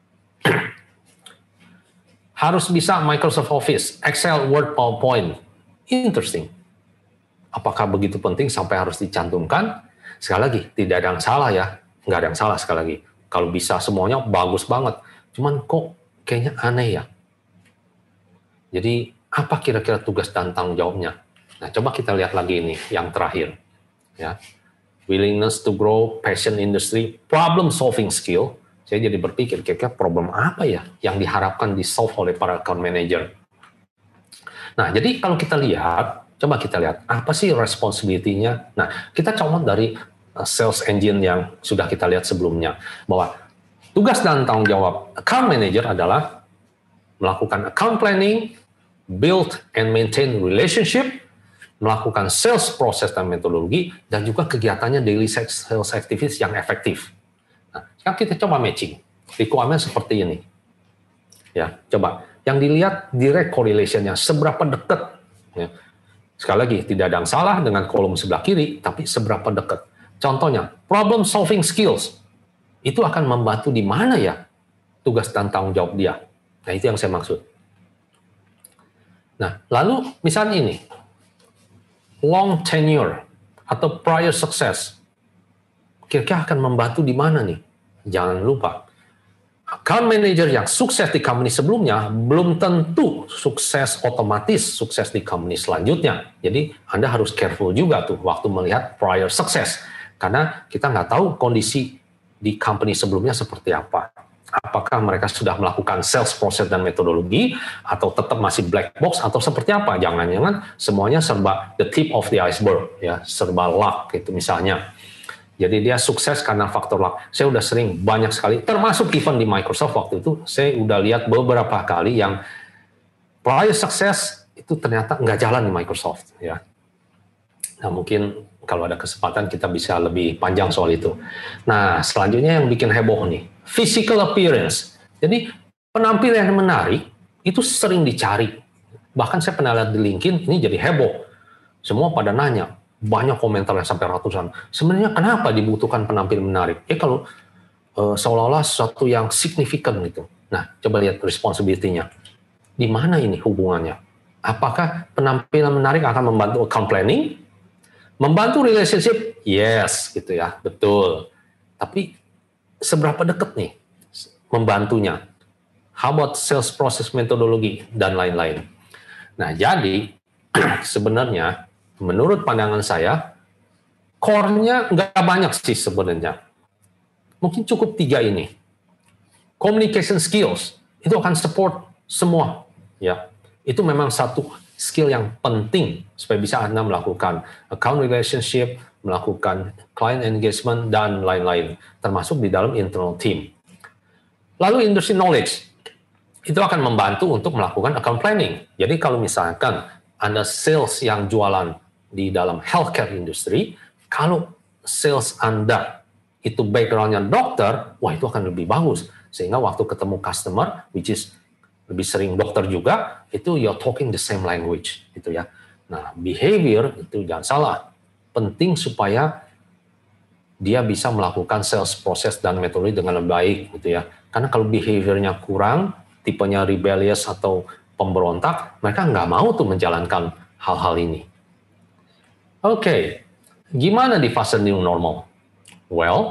Harus bisa Microsoft Office, Excel, Word, PowerPoint. Interesting. Apakah begitu penting sampai harus dicantumkan? Sekali lagi, tidak ada yang salah ya. Nggak ada yang salah sekali lagi. Kalau bisa semuanya bagus banget. Cuman kok kayaknya aneh ya. Jadi apa kira-kira tugas dan tanggung jawabnya? Nah, coba kita lihat lagi ini yang terakhir. Ya, willingness to grow, passion industry, problem solving skill. Saya jadi berpikir kira-kira problem apa ya yang diharapkan di solve oleh para account manager. Nah, jadi kalau kita lihat, coba kita lihat apa sih responsibility-nya. Nah, kita comot dari sales engine yang sudah kita lihat sebelumnya, bahwa tugas dan tanggung jawab account manager adalah melakukan account planning, build and maintain relationship, melakukan sales proses dan metodologi, dan juga kegiatannya daily sales activities yang efektif. Nah, sekarang kita coba matching. Requirement seperti ini. Ya, coba. Yang dilihat direct correlation-nya, seberapa dekat. Ya. Sekali lagi, tidak ada yang salah dengan kolom sebelah kiri, tapi seberapa dekat. Contohnya, problem solving skills. Itu akan membantu di mana ya tugas dan tanggung jawab dia. Nah, itu yang saya maksud. Nah, lalu misalnya ini. Long tenure atau prior success, kira-kira akan membantu di mana nih? Jangan lupa, account manager yang sukses di company sebelumnya belum tentu sukses otomatis sukses di company selanjutnya. Jadi Anda harus careful juga tuh waktu melihat prior success, karena kita nggak tahu kondisi di company sebelumnya seperti apa. Apakah mereka sudah melakukan sales proses dan metodologi, atau tetap masih black box, atau seperti apa? Jangan-jangan semuanya serba the tip of the iceberg, ya, serba luck gitu misalnya. Jadi dia sukses karena faktor luck. Saya udah sering banyak sekali, termasuk even di Microsoft waktu itu, saya udah lihat beberapa kali yang prior success itu ternyata nggak jalan di Microsoft, ya. Nah, mungkin kalau ada kesempatan kita bisa lebih panjang soal itu. Nah, selanjutnya yang bikin heboh nih, physical appearance. Jadi penampilan yang menarik itu sering dicari. Bahkan saya pernah lihat di LinkedIn, ini jadi heboh. Semua pada nanya, banyak komentar yang sampai ratusan. Sebenarnya kenapa dibutuhkan penampilan menarik? Eh kalau uh, seolah-olah sesuatu yang signifikan gitu. Nah, coba lihat responsibility-nya. Di mana ini hubungannya? Apakah penampilan menarik akan membantu account planning? Membantu relationship? Yes, gitu ya, betul. Tapi seberapa dekat nih membantunya? How about sales process metodologi dan lain-lain? Nah, jadi sebenarnya menurut pandangan saya core-nya nggak banyak sih sebenarnya. Mungkin cukup tiga ini. Communication skills itu akan support semua, ya. Itu memang satu skill yang penting supaya bisa Anda melakukan account relationship, melakukan client engagement, dan lain-lain, termasuk di dalam internal team. Lalu industry knowledge, itu akan membantu untuk melakukan account planning. Jadi kalau misalkan Anda sales yang jualan di dalam healthcare industry, kalau sales Anda itu background-nya dokter, wah itu akan lebih bagus. Sehingga waktu ketemu customer, which is lebih sering dokter juga, itu you're talking the same language, gitu ya. Nah, behavior itu jangan salah, penting supaya dia bisa melakukan sales proses dan metode dengan lebih baik, gitu ya. Karena kalau behaviornya kurang, tipenya rebellious atau pemberontak, mereka nggak mau tuh menjalankan hal-hal ini. Oke, okay. Gimana di fase new normal? Well,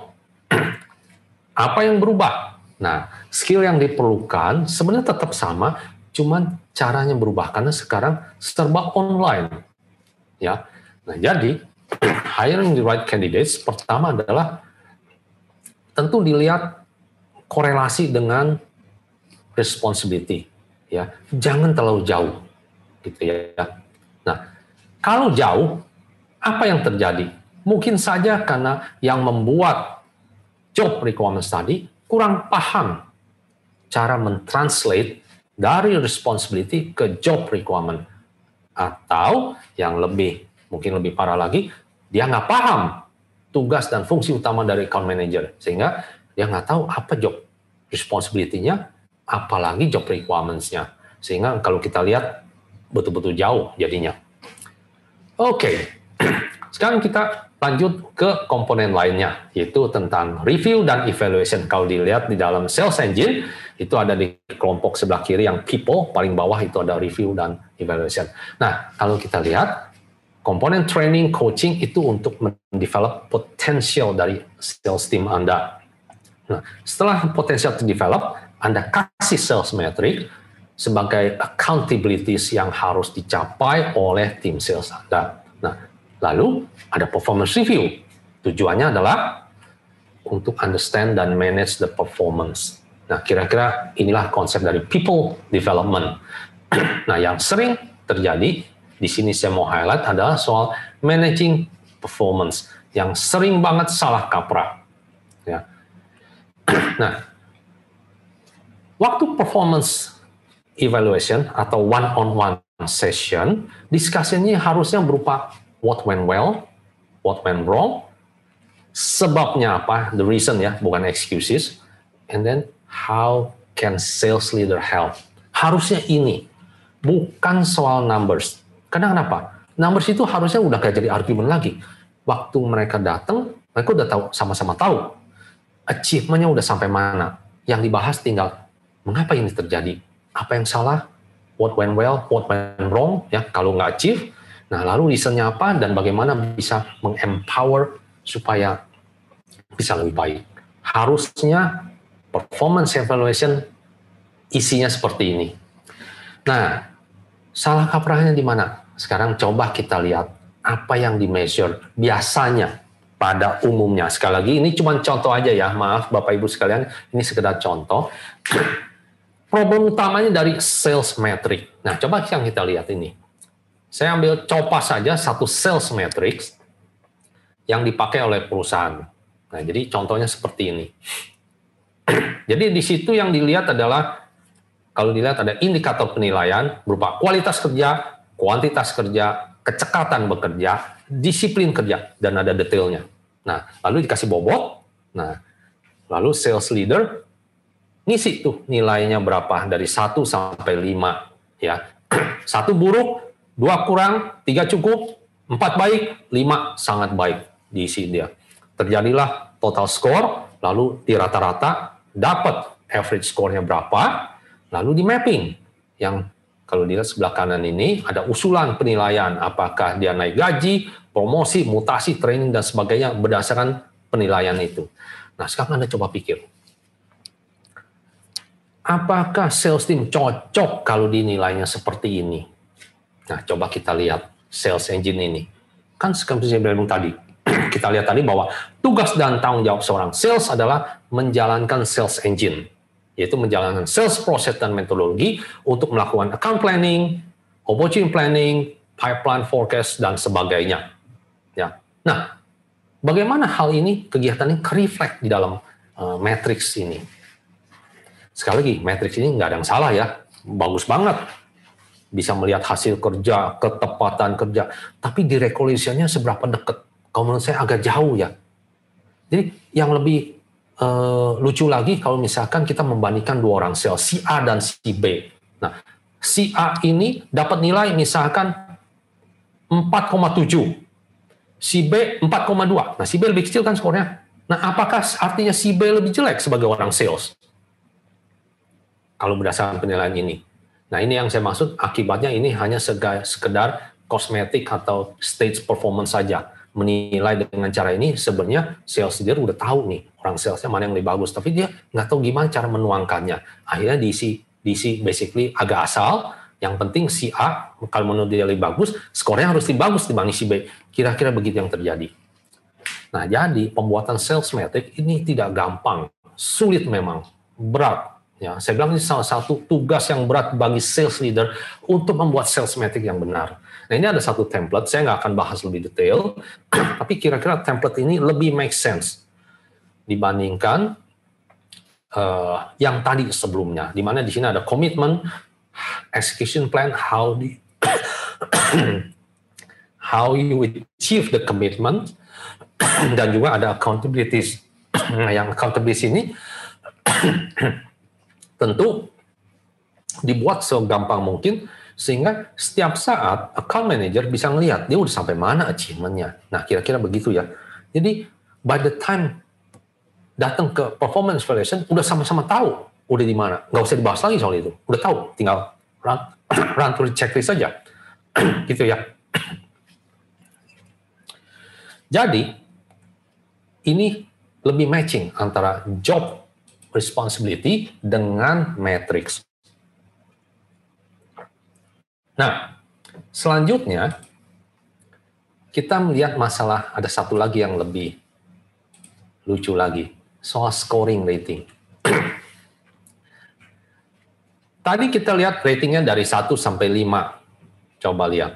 Apa yang berubah? Nah, skill yang diperlukan sebenarnya tetap sama, cuman caranya berubah karena sekarang serba online. Ya. Nah, jadi hiring the right candidates pertama adalah tentu dilihat korelasi dengan responsibility, ya. Jangan terlalu jauh gitu ya. Nah, kalau jauh apa yang terjadi? Mungkin saja karena yang membuat job requirements tadi kurang paham cara mentranslate dari responsibility ke job requirement. Atau yang lebih, mungkin lebih parah lagi, dia nggak paham tugas dan fungsi utama dari account manager. Sehingga dia nggak tahu apa job responsibility-nya, apalagi job requirements-nya. Sehingga kalau kita lihat betul-betul jauh jadinya. Oke, okay. Sekarang kita lanjut ke komponen lainnya, yaitu tentang review dan evaluation. Kalau dilihat di dalam sales engine, itu ada di kelompok sebelah kiri yang people, paling bawah itu ada review dan evaluation. Nah, kalau kita lihat, komponen training, coaching itu untuk mendevelop potensial dari sales team Anda. Nah, setelah potensial terdevelop, Anda kasih sales metric sebagai accountabilities yang harus dicapai oleh tim sales Anda. Nah, lalu ada performance review. Tujuannya adalah untuk understand dan manage the performance. Nah, kira-kira inilah konsep dari people development. Nah, yang sering terjadi di sini saya mau highlight adalah soal managing performance yang sering banget salah kaprah. Ya. Nah, waktu performance evaluation atau one-on-one session, diskusinya harusnya berupa what went well, what went wrong, sebabnya apa, the reason ya, bukan excuses, and then how can sales leader help. Harusnya ini, bukan soal numbers. Karena kenapa? Numbers itu harusnya udah gak jadi argumen lagi. Waktu mereka datang, mereka udah tahu, sama-sama tahu. Achievement-nya udah sampai mana. Yang dibahas tinggal, mengapa ini terjadi? Apa yang salah? What went well? What went wrong? Ya, kalau nggak achieve, nah lalu reason-nya apa? Dan bagaimana bisa meng-empower supaya bisa lebih baik. Harusnya performance evaluation isinya seperti ini. Nah, salah kaprahnya di mana? Sekarang coba kita lihat apa yang di-measure biasanya pada umumnya. Sekali lagi, ini cuma contoh aja ya, maaf Bapak Ibu sekalian, ini sekedar contoh. Problem utamanya dari sales metric. Nah, coba yang kita lihat ini. Saya ambil copas saja satu sales metrics yang dipakai oleh perusahaan. Nah, jadi contohnya seperti ini. Jadi di situ yang dilihat adalah, kalau dilihat ada indikator penilaian berupa kualitas kerja, kuantitas kerja, kecekatan bekerja, disiplin kerja, dan ada detailnya. Nah, lalu dikasih bobot. Nah, lalu sales leader ngisi tuh nilainya berapa dari satu sampai lima. Ya. satu buruk, dua kurang, tiga cukup, empat baik, lima sangat baik diisi dia. Terjadilah total score, lalu di rata-rata dapat average score-nya berapa, lalu di mapping. Yang kalau dilihat sebelah kanan ini ada usulan penilaian, apakah dia naik gaji, promosi, mutasi, training, dan sebagainya berdasarkan penilaian itu. Nah, sekarang Anda coba pikir, apakah sales team cocok kalau dinilainya seperti ini? Nah, coba kita lihat sales engine ini. Kan seperti saya bilang tadi, kita lihat tadi bahwa tugas dan tanggung jawab seorang sales adalah menjalankan sales engine, yaitu menjalankan sales process dan metodologi untuk melakukan account planning, opportunity planning, pipeline forecast, dan sebagainya. Ya. Nah, bagaimana hal ini, kegiatan ini reflect di dalam uh, matrix ini? Sekali lagi, matrix ini nggak ada yang salah ya, bagus banget. Bisa melihat hasil kerja, ketepatan kerja, tapi direkolisinya seberapa dekat? Kalau menurut saya agak jauh ya. Jadi yang lebih uh, lucu lagi kalau misalkan kita membandingkan dua orang sales, si A dan si B. Nah, si A ini dapat nilai misalkan empat koma tujuh, si B empat koma dua. Nah, si B lebih kecil kan skornya. Nah, apakah artinya si B lebih jelek sebagai orang sales? Kalau berdasarkan penilaian ini. Nah, ini yang saya maksud, akibatnya ini hanya sekedar kosmetik atau stage performance saja. menilai dengan cara ini, sebenarnya sales leader udah tahu nih orang salesnya mana yang lebih bagus, tapi dia nggak tahu gimana cara menuangkannya. Akhirnya diisi, diisi basically agak asal. Yang penting si A, kalau menurut dia lebih bagus, skornya harus lebih bagus dibanding si B. Kira-kira begitu yang terjadi. Nah, jadi pembuatan sales metric ini tidak gampang, sulit memang, berat. Ya, saya bilang ini salah satu tugas yang berat bagi sales leader untuk membuat sales metric yang benar. Nah, ini ada satu template, saya nggak akan bahas lebih detail, tapi kira-kira template ini lebih make sense dibandingkan uh, yang tadi sebelumnya, di mana di sini ada commitment, execution plan, how di how you achieve the commitment, dan juga ada accountability. Nah, yang accountability ini tentu dibuat segampang mungkin sehingga setiap saat account manager bisa ngelihat dia udah sampai mana achievement-nya. Nah, kira-kira begitu ya. Jadi by the time datang ke performance evaluation udah sama-sama tahu udah di mana. Nggak usah dibahas lagi soal itu. Udah tahu, tinggal run, run through checklist saja. Gitu ya. Jadi ini lebih matching antara job responsibility dengan matrix. Nah, selanjutnya kita melihat masalah ada satu lagi yang lebih lucu lagi, soal scoring rating. Tadi kita lihat ratingnya dari satu sampai lima. Coba lihat.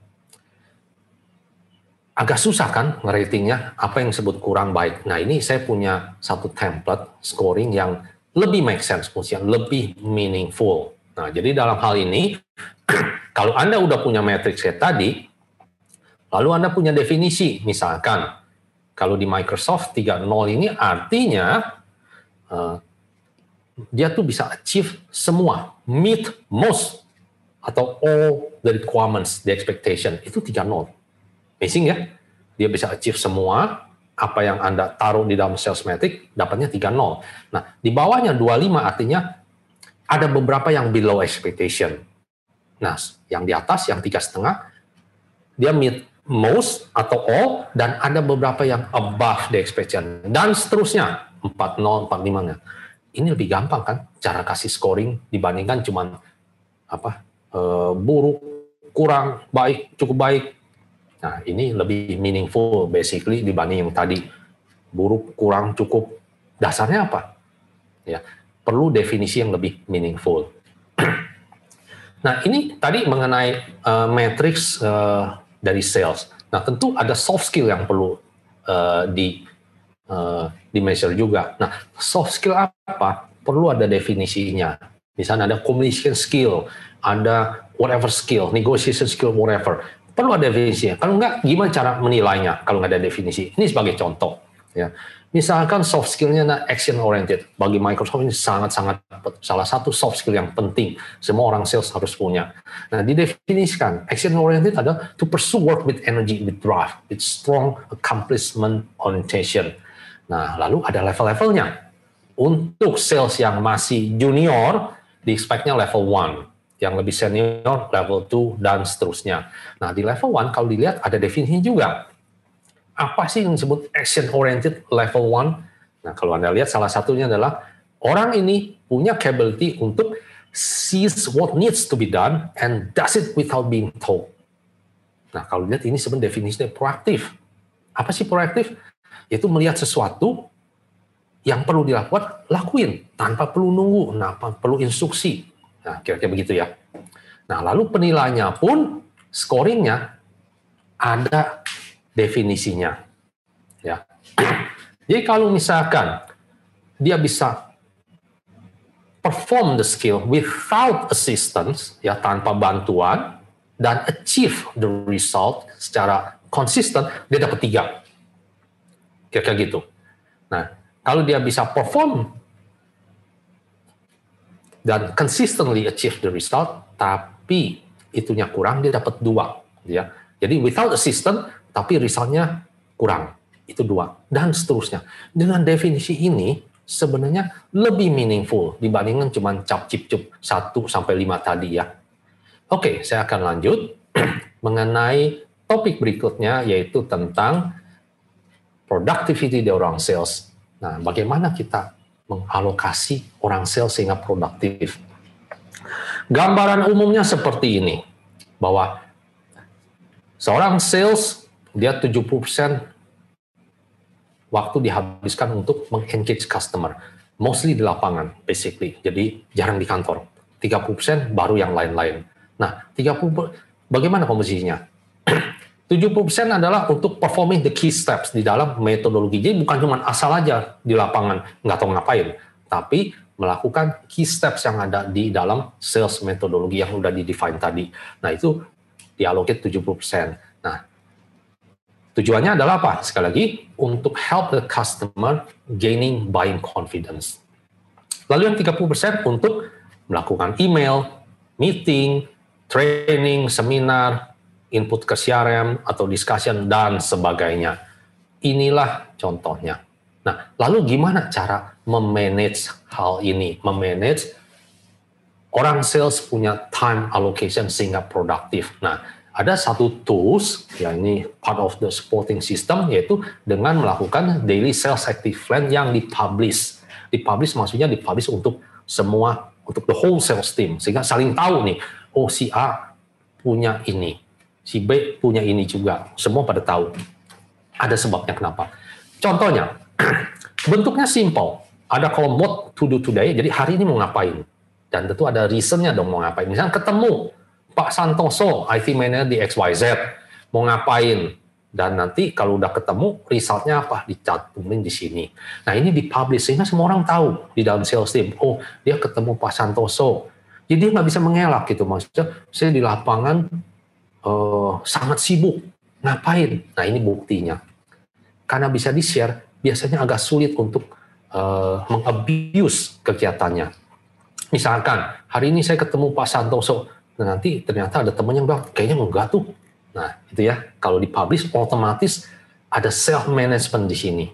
Agak susah kan ngeratingnya, apa yang disebut kurang baik. Nah, ini saya punya satu template scoring yang lebih make sense, yang lebih meaningful. Nah, jadi dalam hal ini, kalau Anda udah punya matriks kayak tadi, lalu Anda punya definisi, misalkan, kalau di Microsoft tiga nol ini artinya, uh, dia tuh bisa achieve semua, meet most, atau all the requirements, the expectation, itu tiga nol. Amazing ya, dia bisa achieve semua, apa yang Anda taruh di dalam sales metric, dapatnya tiga nol. Nah, di bawahnya dua puluh lima artinya ada beberapa yang below expectation. Nah, yang di atas, yang tiga setengah, dia meet most atau all, dan ada beberapa yang above the expectation, dan seterusnya, empat nol, empat lima. Ini lebih gampang kan, cara kasih scoring dibandingkan cuman apa, eh, buruk, kurang, baik, cukup baik. Nah, ini lebih meaningful basically dibanding yang tadi buruk, kurang, cukup. Dasarnya apa? Ya, perlu definisi yang lebih meaningful. Nah, ini tadi mengenai uh, matrix uh, dari sales. Nah, tentu ada soft skill yang perlu uh, di uh, di measure juga. Nah, soft skill apa? Perlu ada definisinya. Misalnya ada communication skill, ada whatever skill, negotiation skill, whatever. Perlu ada definisinya. Kalau enggak, gimana cara menilainya kalau nggak ada definisi? Ini sebagai contoh. Ya. Misalkan soft skill-nya adalah action oriented. Bagi Microsoft ini sangat-sangat salah satu soft skill yang penting. Semua orang sales harus punya. Nah, didefinisikan. Action oriented adalah to pursue work with energy, with drive, with strong accomplishment orientation. Nah, lalu ada level-levelnya. Untuk sales yang masih junior, di-expect-nya level one. Yang lebih senior, level two, dan seterusnya. Nah, di level one, kalau dilihat ada definisinya juga. Apa sih yang disebut action-oriented level one? Nah, kalau Anda lihat salah satunya adalah orang ini punya capability untuk sees what needs to be done and does it without being told. Nah, kalau lihat ini sebenarnya definisinya proaktif. Apa sih proaktif? Itu melihat sesuatu yang perlu dilakukan, lakuin. Tanpa perlu nunggu, tanpa perlu instruksi. Nah, kira-kira begitu ya. Nah, lalu penilaiannya pun, scoringnya ada definisinya. Ya. Jadi kalau misalkan dia bisa perform the skill without assistance, ya tanpa bantuan, dan achieve the result secara konsisten, dia dapat tiga. Kira-kira gitu. Nah, kalau dia bisa perform dan consistently achieve the result, tapi itunya kurang, dia dapat dua. Ya. Jadi without assistance, tapi resultnya kurang. Itu dua. Dan seterusnya. Dengan definisi ini, sebenarnya lebih meaningful dibandingkan cuma cap-cip-cup satu sampai lima tadi ya. Oke, saya akan lanjut mengenai topik berikutnya yaitu tentang productivity dari orang sales. Nah, bagaimana kita mengalokasi orang sales sehingga produktif? Gambaran umumnya seperti ini, bahwa seorang sales dia tujuh puluh persen waktu dihabiskan untuk meng-engage customer, mostly di lapangan basically. Jadi jarang di kantor. tiga puluh persen baru yang lain-lain. Nah, tiga puluh bagaimana komposisinya? tujuh puluh persen adalah untuk performing the key steps di dalam metodologi. Jadi bukan cuma asal aja di lapangan, nggak tahu ngapain, tapi melakukan key steps yang ada di dalam sales metodologi yang udah di-define tadi. Nah, itu diallocate tujuh puluh persen. Nah, tujuannya adalah apa? Sekali lagi, untuk help the customer gaining buying confidence. Lalu yang tiga puluh persen untuk melakukan email, meeting, training, seminar, input ke C R M atau discussion, dan sebagainya. Inilah contohnya. Nah, lalu gimana cara memanage hal ini? Memanage orang sales punya time allocation sehingga produktif. Nah, ada satu tools, ya ini part of the supporting system, yaitu dengan melakukan daily sales active plan yang dipublish. Dipublish maksudnya dipublish untuk semua, untuk the whole sales team, sehingga saling tahu nih, oh si A punya ini, si B punya ini juga, semua pada tahu. Ada sebabnya kenapa. Contohnya, bentuknya simple. Ada kolom what to do today, jadi hari ini mau ngapain. Dan tentu ada reasonnya dong mau ngapain. Misalnya ketemu Pak Santoso, I T Manager di X Y Z, mau ngapain. Dan nanti kalau udah ketemu, resultnya apa? Dicantumin di sini. Nah ini dipublish, sehingga semua orang tahu di dalam sales team. Oh, dia ketemu Pak Santoso. Jadi dia nggak bisa mengelak gitu. Maksudnya, saya di lapangan Uh, sangat sibuk, ngapain? Nah ini buktinya. Karena bisa di-share, biasanya agak sulit untuk uh, meng-abuse kegiatannya. Misalkan, hari ini saya ketemu Pak Santoso, nah nanti ternyata ada teman yang bilang, kayaknya enggak tuh. Nah itu ya, kalau di-publish otomatis ada self-management di sini.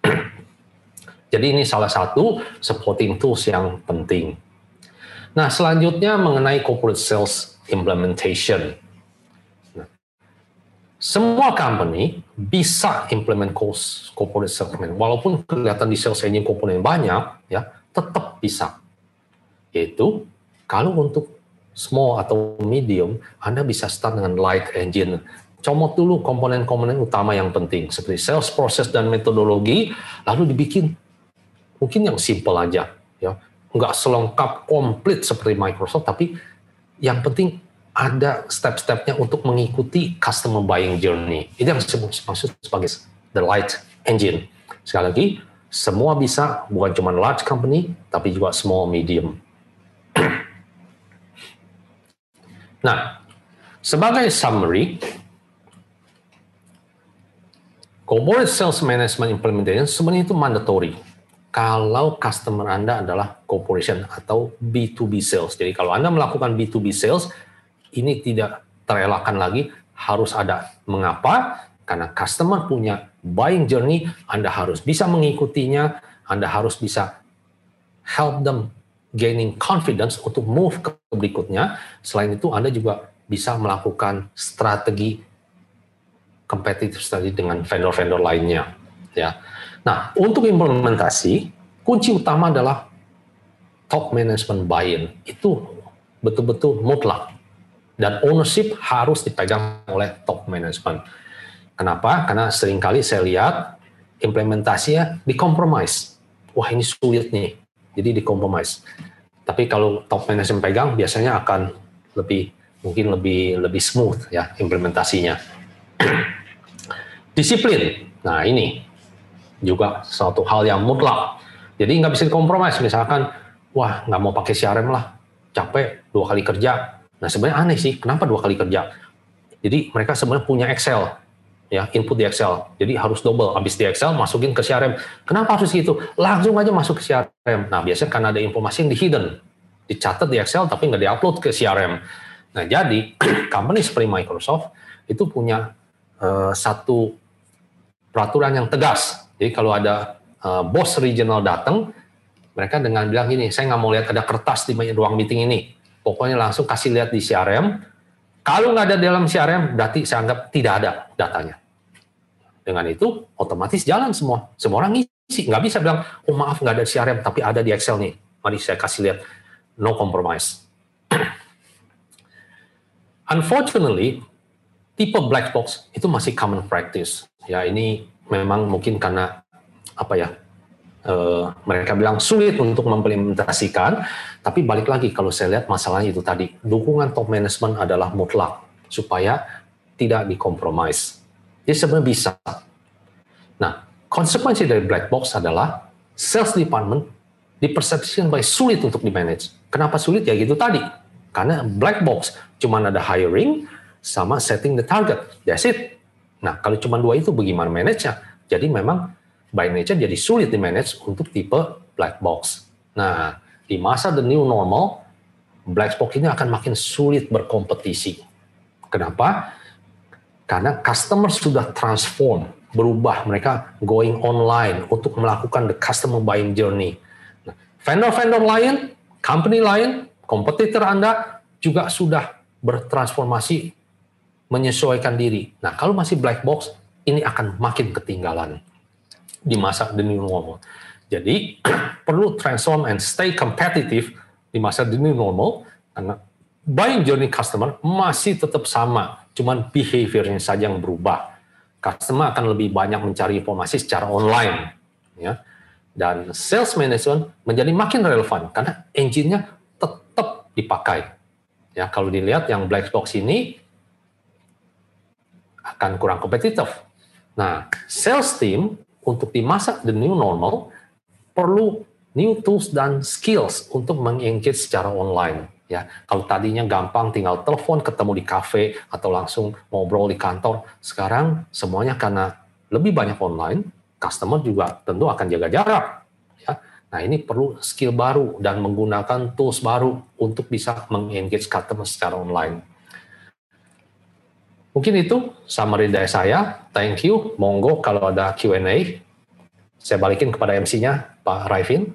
Jadi ini salah satu supporting tools yang penting. Nah selanjutnya mengenai corporate sales implementation. Semua company bisa implement corporate sales management. Walaupun kelihatan di sales engine komponen banyak, ya tetap bisa. Yaitu kalau untuk small atau medium, Anda bisa start dengan light engine. Comot dulu komponen-komponen utama yang penting, seperti sales process dan metodologi, lalu dibikin mungkin yang simple aja, ya nggak selengkap komplit seperti Microsoft, tapi yang penting ada step-stepnya untuk mengikuti customer buying journey. Itu yang maksud sebagai the light engine. Sekali lagi, semua bisa, bukan cuma large company, tapi juga small, medium. Nah, sebagai summary, corporate sales management implementation sebenarnya itu mandatory. Kalau customer Anda adalah corporation atau B to B sales. Jadi kalau Anda melakukan B to B sales, ini tidak terelakkan lagi, harus ada. Mengapa? Karena customer punya buying journey, Anda harus bisa mengikutinya, Anda harus bisa help them gaining confidence untuk move ke berikutnya. Selain itu, Anda juga bisa melakukan strategi competitive strategi dengan vendor-vendor lainnya. Ya. Nah, untuk implementasi, kunci utama adalah top management buy-in. Itu betul-betul mutlak. Dan ownership harus dipegang oleh top management. Kenapa? Karena seringkali saya lihat implementasinya dikompromis. Wah ini sulit nih, jadi dikompromis. Tapi kalau top management pegang, biasanya akan lebih mungkin lebih lebih smooth ya implementasinya. Disiplin. Nah ini juga suatu hal yang mutlak. Jadi nggak bisa dikompromis. Misalkan, wah nggak mau pakai C R M lah, capek dua kali kerja. Nah sebenarnya aneh sih, kenapa dua kali kerja? Jadi mereka sebenarnya punya Excel, ya input di Excel. Jadi harus double, habis di Excel masukin ke C R M. Kenapa harus gitu? Langsung aja masuk ke C R M. Nah biasanya karena ada informasi yang di hidden, dicatat di Excel tapi nggak diupload ke C R M. Nah jadi company seperti Microsoft itu punya uh, satu peraturan yang tegas. Jadi kalau ada uh, bos regional datang, mereka dengan bilang gini, saya nggak mau lihat ada kertas di ruang meeting ini. Pokoknya langsung kasih lihat di C R M, Kalau nggak ada dalam C R M, berarti saya anggap tidak ada datanya. Dengan itu, otomatis jalan semua. Semua orang ngisi. Nggak bisa bilang, oh maaf nggak ada C R M, tapi ada di Excel nih. Mari saya kasih lihat. No compromise. Unfortunately, tipe black box itu masih common practice. Ya, ini memang mungkin karena apa ya? Uh, mereka bilang sulit untuk mengimplementasikan, tapi balik lagi kalau saya lihat masalahnya itu tadi, dukungan top management adalah mutlak supaya tidak dikompromis. Jadi sebenarnya bisa. Nah, konsekuensi dari black box adalah sales department dipersepsikan sebagai sulit untuk di-manage. Kenapa sulit? Ya gitu tadi. Karena black box cuma ada hiring sama setting the target. That's it. Nah, kalau cuma dua itu bagaimana manage-nya? Jadi memang by nature jadi sulit di-manage untuk tipe black box. Nah, di masa the new normal, black box ini akan makin sulit berkompetisi. Kenapa? Karena customer sudah transform, berubah, mereka going online untuk melakukan the customer buying journey. Nah, vendor-vendor lain, company lain, kompetitor Anda juga sudah bertransformasi, menyesuaikan diri. Nah, kalau masih black box, ini akan makin ketinggalan di masa the new normal. Jadi perlu transform and stay competitive di masa the new normal karena buying journey customer masih tetap sama, cuman behaviornya saja yang berubah. Customer akan lebih banyak mencari informasi secara online, ya. Dan sales management menjadi makin relevan karena engine-nya tetap dipakai. Ya, kalau dilihat yang black box ini akan kurang kompetitif. Nah, sales team untuk di masa the new normal perlu new tools dan skills untuk meng-engage secara online. Ya, kalau tadinya gampang tinggal telepon, ketemu di kafe atau langsung ngobrol di kantor, sekarang semuanya karena lebih banyak online, customer juga tentu akan jaga jarak. Ya, nah ini perlu skill baru dan menggunakan tools baru untuk bisa meng-engage customer secara online. Mungkin itu summary dari saya. Thank you. Monggo kalau ada Q and A. Saya balikin kepada M C-nya, Pak Raifin.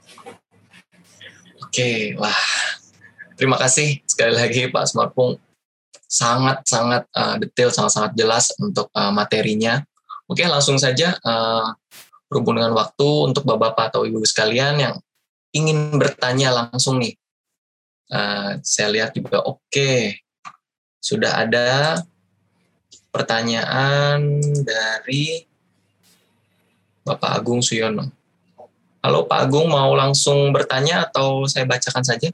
Oke, wah. Terima kasih sekali lagi Pak Sumarpung. Sangat-sangat uh, detail, sangat-sangat jelas untuk uh, materinya. Oke, langsung saja uh, berhubung dengan waktu untuk Bapak-Bapak atau Ibu sekalian yang ingin bertanya langsung nih. Uh, saya lihat juga oke. Sudah ada pertanyaan dari Bapak Agung Suyono. Halo Pak Agung, mau langsung bertanya atau saya bacakan saja?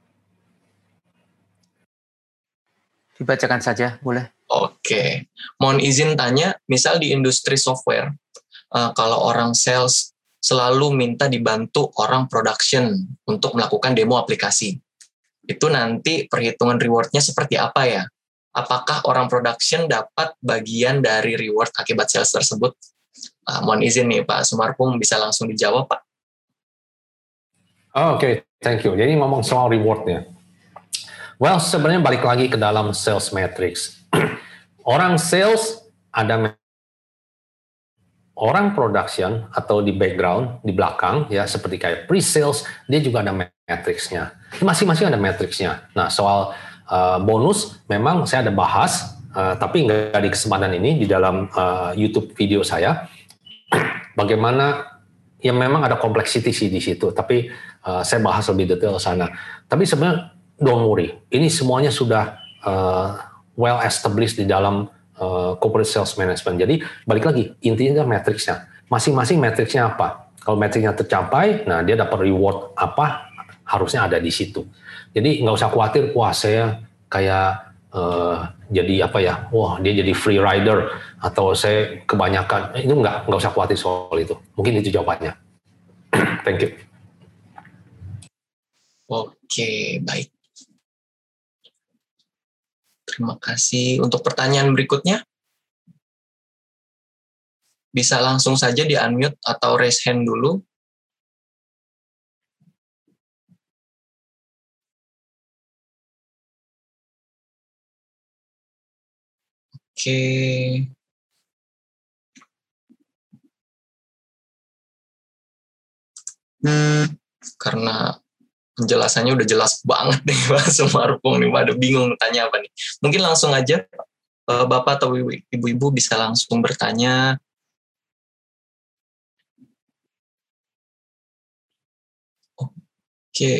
Dibacakan saja, boleh. Oke. Mohon izin tanya, misal di industri software, uh, kalau orang sales selalu minta dibantu orang production untuk melakukan demo aplikasi. Itu nanti perhitungan reward-nya seperti apa ya? Apakah orang production dapat bagian dari reward akibat sales tersebut? Uh, mohon izin nih Pak Sumarpung bisa langsung dijawab Pak. Oh, Oke, okay. Thank you. Jadi ngomong soal reward-nya. Well, sebenarnya balik lagi ke dalam sales matrix. Orang sales ada orang production atau di background, di belakang, ya seperti kayak pre-sales, dia juga ada matrixnya. Masing-masing ada matrixnya. Nah, soal uh, bonus, memang saya ada bahas, uh, tapi nggak di kesempatan ini, di dalam uh, YouTube video saya, bagaimana, ya memang ada complexity sih di situ, tapi uh, saya bahas lebih detail sana. Tapi sebenarnya, don't worry, ini semuanya sudah uh, well established di dalam uh, corporate sales management. Jadi balik lagi, intinya matriksnya. Masing-masing matriksnya apa? Kalau matriksnya tercapai, nah dia dapat reward apa, harusnya ada di situ. Jadi nggak usah khawatir, wah saya kayak uh, jadi apa ya, wah dia jadi free rider, atau saya kebanyakan, itu nggak, nggak usah khawatir soal itu. Mungkin itu jawabannya. Thank you. Oke, baik. Terima kasih. Untuk pertanyaan berikutnya, bisa langsung saja di-unmute atau raise hand dulu. Oke. Hmm, karena penjelasannya udah jelas banget nih Pak Sumarpung nih, pada bingung tanya apa nih. Mungkin langsung aja uh, Bapak atau Ibu-ibu bisa langsung bertanya. Oke. Okay.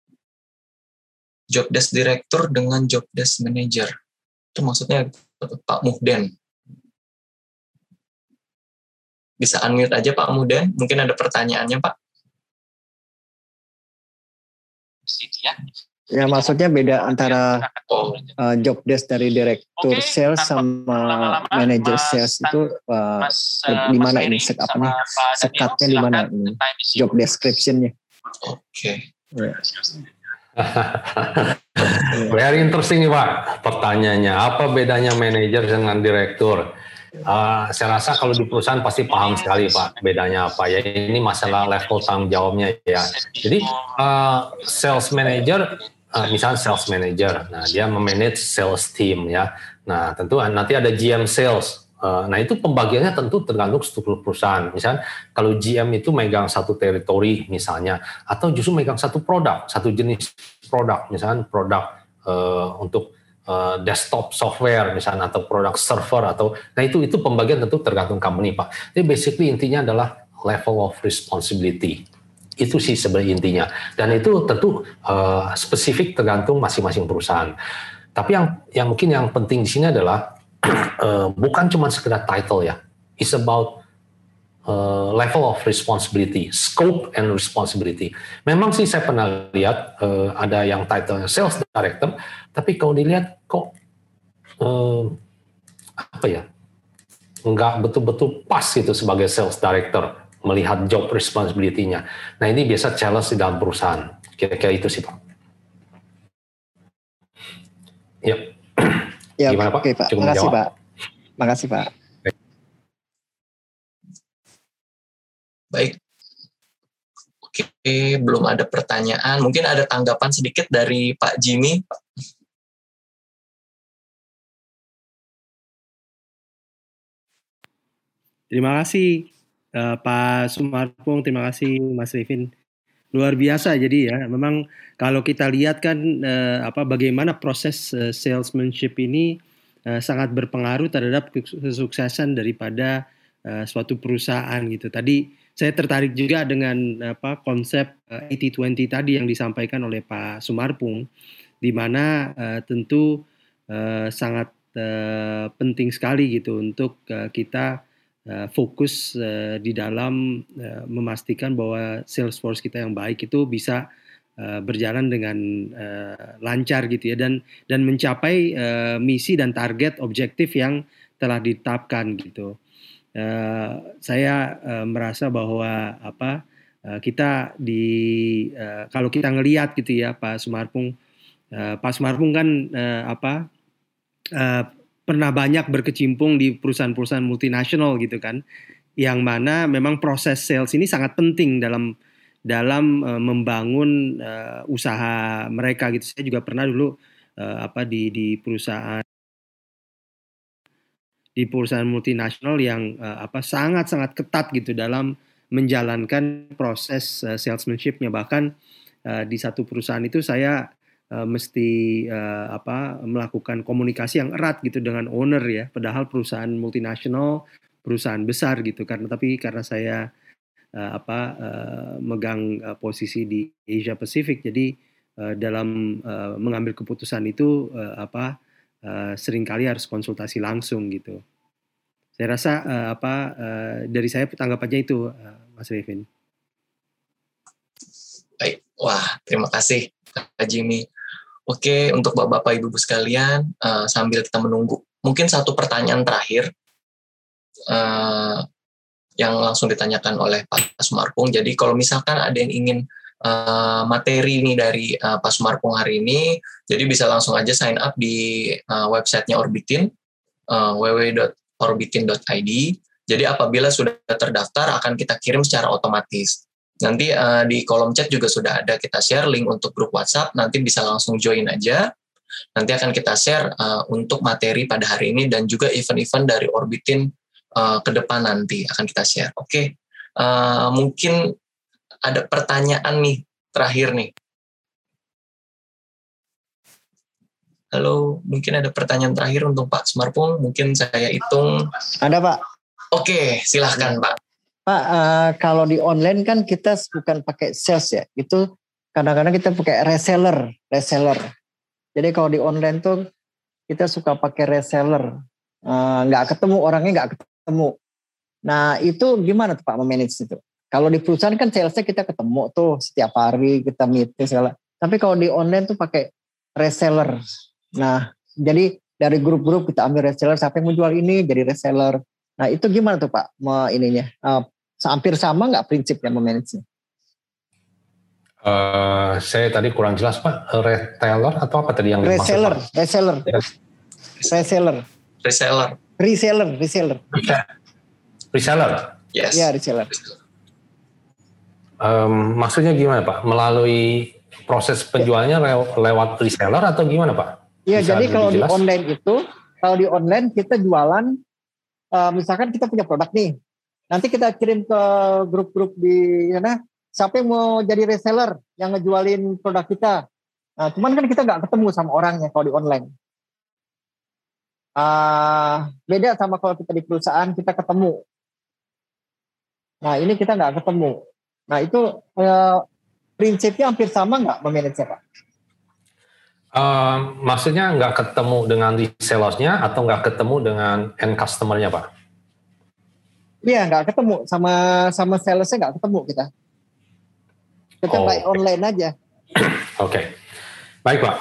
Job desk director dengan job desk manager. Itu maksudnya Pak Muhden. Bisa unmute aja Pak Muhden. Mungkin ada pertanyaannya Pak. Ya, maksudnya beda antara oh. uh, job desk dari direktur okay, sales sama manager sales itu uh, di mana ini sek apa nih sekatnya di mana ini job description-nya. Oke. Okay. Very interesting nih Pak pertanyaannya. Apa bedanya manajer dengan direktur? Uh, saya rasa kalau di perusahaan pasti paham sekali Pak bedanya apa ya. Ini masalah level tanggung jawabnya ya. Jadi uh, sales manager, uh, misalnya sales manager, nah dia memanage sales team ya. Nah tentu nanti ada G M sales. Uh, nah itu pembagiannya tentu tergantung struktur perusahaan. Misalnya kalau G M itu megang satu teritori misalnya, atau justru megang satu produk, satu jenis produk, misalnya produk uh, untuk Uh, desktop software misalnya atau produk server atau nah itu itu pembagian tentu tergantung company Pak. Jadi basically intinya adalah level of responsibility. Itu sih sebenarnya intinya. Dan itu tentu uh, spesifik tergantung masing-masing perusahaan. Tapi yang yang mungkin yang penting di sini adalah uh, bukan cuma sekedar title ya. It's about Uh, level of responsibility, scope and responsibility. Memang sih saya pernah lihat uh, ada yang title sales director, tapi kalau dilihat kok uh, apa ya, nggak betul-betul pas gitu sebagai sales director melihat job responsibility-nya. Nah ini biasa challenge di dalam perusahaan. Kira-kira itu sih Pak. Yep. Ya. Gimana Pak? Oke Pak. Cukup Makasih menjawab? Pak. Makasih Pak. Baik, oke, belum ada pertanyaan. Mungkin ada tanggapan sedikit dari Pak Jimmy. Terima kasih uh, Pak Sumarpung, terima kasih Mas Rifin. Luar biasa jadi ya. Memang kalau kita lihat kan uh, apa bagaimana proses uh, salesmanship ini uh, sangat berpengaruh terhadap kesuksesan daripada uh, suatu perusahaan gitu. Tadi saya tertarik juga dengan apa konsep uh, eighty twenty tadi yang disampaikan oleh Pak Sumarpung, di mana uh, tentu uh, sangat uh, penting sekali gitu untuk uh, kita uh, fokus uh, di dalam uh, memastikan bahwa sales force kita yang baik itu bisa uh, berjalan dengan uh, lancar gitu ya, dan dan mencapai uh, misi dan target objektif yang telah ditetapkan gitu. Uh, saya uh, merasa bahwa apa uh, kita di uh, kalau kita ngelihat gitu ya Pak Sumarpung, uh, Pak Sumarpung kan uh, apa uh, pernah banyak berkecimpung di perusahaan-perusahaan multinasional gitu kan, yang mana memang proses sales ini sangat penting dalam dalam uh, membangun uh, usaha mereka gitu. Saya juga pernah dulu uh, apa di di perusahaan di perusahaan multinasional yang uh, apa sangat-sangat ketat gitu dalam menjalankan proses uh, salesmanship-nya. Bahkan uh, di satu perusahaan itu saya uh, mesti uh, apa melakukan komunikasi yang erat gitu dengan owner ya, padahal perusahaan multinasional, perusahaan besar gitu, karena tapi karena saya uh, apa uh, megang uh, posisi di Asia Pacific, jadi uh, dalam uh, mengambil keputusan itu uh, apa Uh, seringkali harus konsultasi langsung gitu. Saya rasa uh, apa uh, dari saya tanggapannya itu, uh, Mas Revin. Baik, wah terima kasih Pak Jimmy. Oke, untuk bapak-bapak ibu-ibu sekalian, uh, sambil kita menunggu, mungkin satu pertanyaan terakhir uh, yang langsung ditanyakan oleh Pak Sumarpung. Jadi kalau misalkan ada yang ingin Uh, materi ini dari uh, Pak Sumarpung hari ini, jadi bisa langsung aja sign up di uh, websitenya Orbitin, uh, w w w dot orbitin dot i d. Jadi apabila sudah terdaftar akan kita kirim secara otomatis. Nanti uh, di kolom chat juga sudah ada kita share link untuk grup WhatsApp, nanti bisa langsung join aja. Nanti akan kita share uh, untuk materi pada hari ini dan juga event-event dari Orbitin uh, ke depan nanti akan kita share. Oke, okay. uh, mungkin ada pertanyaan nih terakhir nih Halo, mungkin ada pertanyaan terakhir untuk Pak Sumarpung. Mungkin saya hitung. Ada Pak. Oke, silahkan Pak. Pak, uh, kalau di online kan kita bukan pakai sales ya. Itu kadang-kadang kita pakai reseller, reseller. Jadi kalau di online tuh kita suka pakai reseller. Uh, nggak ketemu, orangnya nggak ketemu. Nah itu gimana tuh Pak memanage itu? Kalau di perusahaan kan salesnya kita ketemu tuh setiap hari, kita meeting segala. Tapi kalau di online tuh pakai reseller. Nah jadi dari grup-grup kita ambil reseller, siapa yang menjual ini jadi reseller. Nah itu gimana tuh Pak me, ininya? Uh, hampir sama nggak prinsipnya memanage? Uh, saya tadi kurang jelas Pak, retailer atau apa tadi yang dimaksud? Reseller, reseller, reseller, reseller, reseller, reseller, reseller. Yes. Ya reseller. Um, maksudnya gimana Pak? Melalui proses penjualnya lew- lewat reseller atau gimana Pak? Iya, jadi kalau jelas? di online itu, kalau di online kita jualan, uh, misalkan kita punya produk nih, nanti kita kirim ke grup-grup di sana, siapa yang mau jadi reseller yang ngejualin produk kita. Nah, cuman kan kita nggak ketemu sama orangnya kalau di online. Uh, beda sama kalau kita di perusahaan, kita ketemu. Nah, ini kita nggak ketemu. Nah, itu uh, prinsipnya hampir sama nggak memanage Pak? Uh, maksudnya nggak ketemu dengan resellersnya atau nggak ketemu dengan end customer-nya Pak? Iya, nggak ketemu. Sama sama salesnya nggak ketemu kita. Kita Oh, by okay. online aja. Oke, okay. Baik Pak.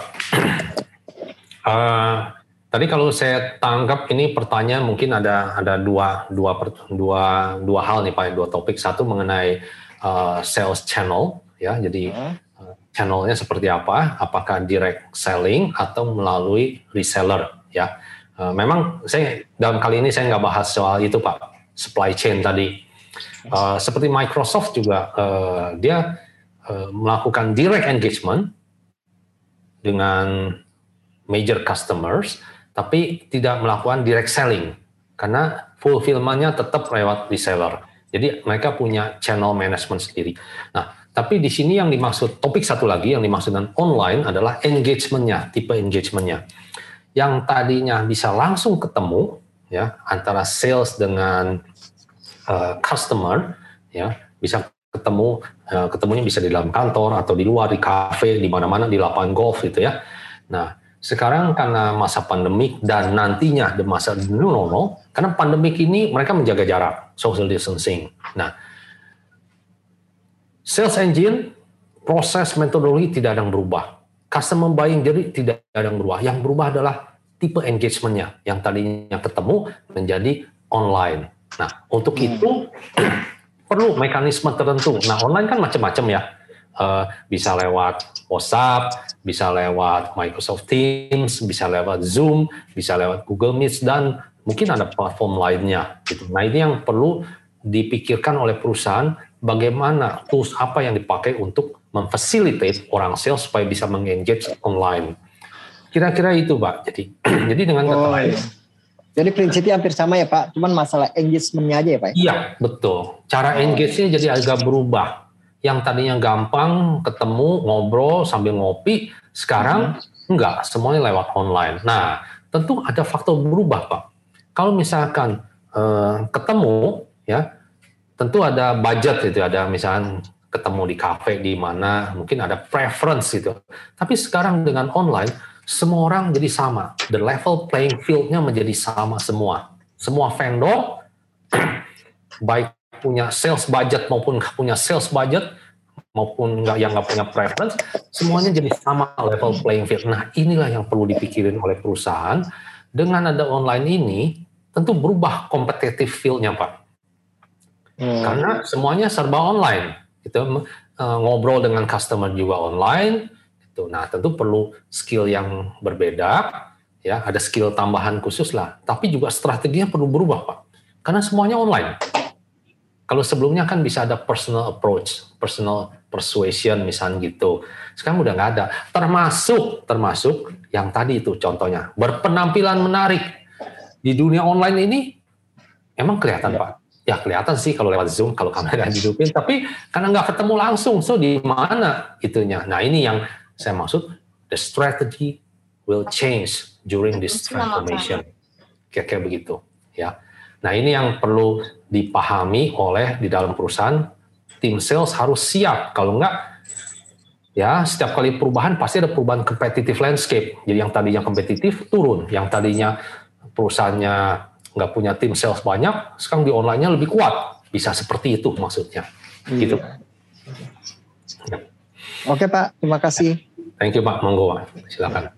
Uh, tadi kalau saya tangkap ini pertanyaan mungkin ada ada dua dua dua dua hal nih Pak, dua topik. Satu mengenai uh, sales channel, ya. Jadi uh, channelnya seperti apa? Apakah direct selling atau melalui reseller, ya? Uh, memang saya dalam kali ini saya nggak bahas soal itu Pak, supply chain tadi. Uh, seperti Microsoft juga uh, dia uh, melakukan direct engagement dengan major customers, tapi tidak melakukan direct selling karena fulfillment-nya tetap lewat reseller. Jadi mereka punya channel management sendiri. Nah, tapi di sini yang dimaksud topik satu lagi yang dimaksud dengan online adalah engagement-nya, tipe engagement-nya. Yang tadinya bisa langsung ketemu ya antara sales dengan uh, customer, ya bisa ketemu, uh, ketemunya bisa di dalam kantor atau di luar, di kafe, di mana-mana, di lapangan golf gitu ya. Nah, sekarang karena masa pandemik dan nantinya di masa new normal, karena pandemik ini mereka menjaga jarak, social distancing. Nah, sales engine, proses metodologi tidak ada yang berubah. Customer buying jadi tidak ada yang berubah. Yang berubah adalah tipe engagement-nya. Yang tadinya ketemu menjadi online. Nah, untuk hmm. itu perlu mekanisme tertentu. Nah, online kan macam-macam ya. Uh, bisa lewat WhatsApp, bisa lewat Microsoft Teams, bisa lewat Zoom, bisa lewat Google Meet, dan mungkin ada platform lainnya. Gitu. Nah, ini yang perlu dipikirkan oleh perusahaan, bagaimana tools apa yang dipakai untuk memfasilitate orang sales supaya bisa mengengage online. Kira-kira itu, Pak. Jadi, jadi dengan kata lain. Jadi prinsipnya hampir sama ya, Pak. Cuman masalah engagement-nya aja ya, Pak. Iya, betul. Cara engage-nya jadi agak berubah. Yang tadinya gampang ketemu, ngobrol sambil ngopi, sekarang hmm. enggak, semuanya lewat online. Nah, tentu ada faktor berubah, Pak. Kalau misalkan eh, ketemu, ya, tentu ada budget itu, ada misalkan ketemu di kafe di mana, mungkin ada preference gitu. Tapi sekarang dengan online, semua orang jadi sama. The level playing field-nya menjadi sama semua. Semua vendor, baik punya sales budget maupun nggak punya sales budget, maupun nggak yang nggak punya preference, semuanya jadi sama level playing field. Nah, inilah yang perlu dipikirin oleh perusahaan. Dengan ada online ini, tentu berubah competitive field-nya, Pak. Hmm. Karena semuanya serba online. Gitu. Ngobrol dengan customer juga online. Gitu. Nah, tentu perlu skill yang berbeda. Ya, ada skill tambahan khusus lah. Tapi juga strateginya perlu berubah, Pak. Karena semuanya online. Kalau sebelumnya kan bisa ada personal approach, personal persuasion misalnya gitu. Sekarang udah nggak ada. Termasuk, termasuk yang tadi itu contohnya, berpenampilan menarik. Di dunia online ini, emang kelihatan ya. Pak? Ya kelihatan sih kalau lewat Zoom, kalau kamera dihidupin. Tapi karena nggak ketemu langsung, so di mana itunya? Nah ini yang saya maksud, the strategy will change during this transformation. Kira-kira begitu, ya. Nah, ini yang perlu dipahami oleh di dalam perusahaan, tim sales harus siap. Kalau enggak, ya setiap kali perubahan pasti ada perubahan competitive landscape. Jadi yang tadinya kompetitif turun, yang tadinya perusahaannya nggak punya tim sales banyak, sekarang di online-nya lebih kuat. Bisa seperti itu maksudnya. Hmm. Gitu. Oke Pak, terima kasih. Thank you Pak, monggo Pak, silakan.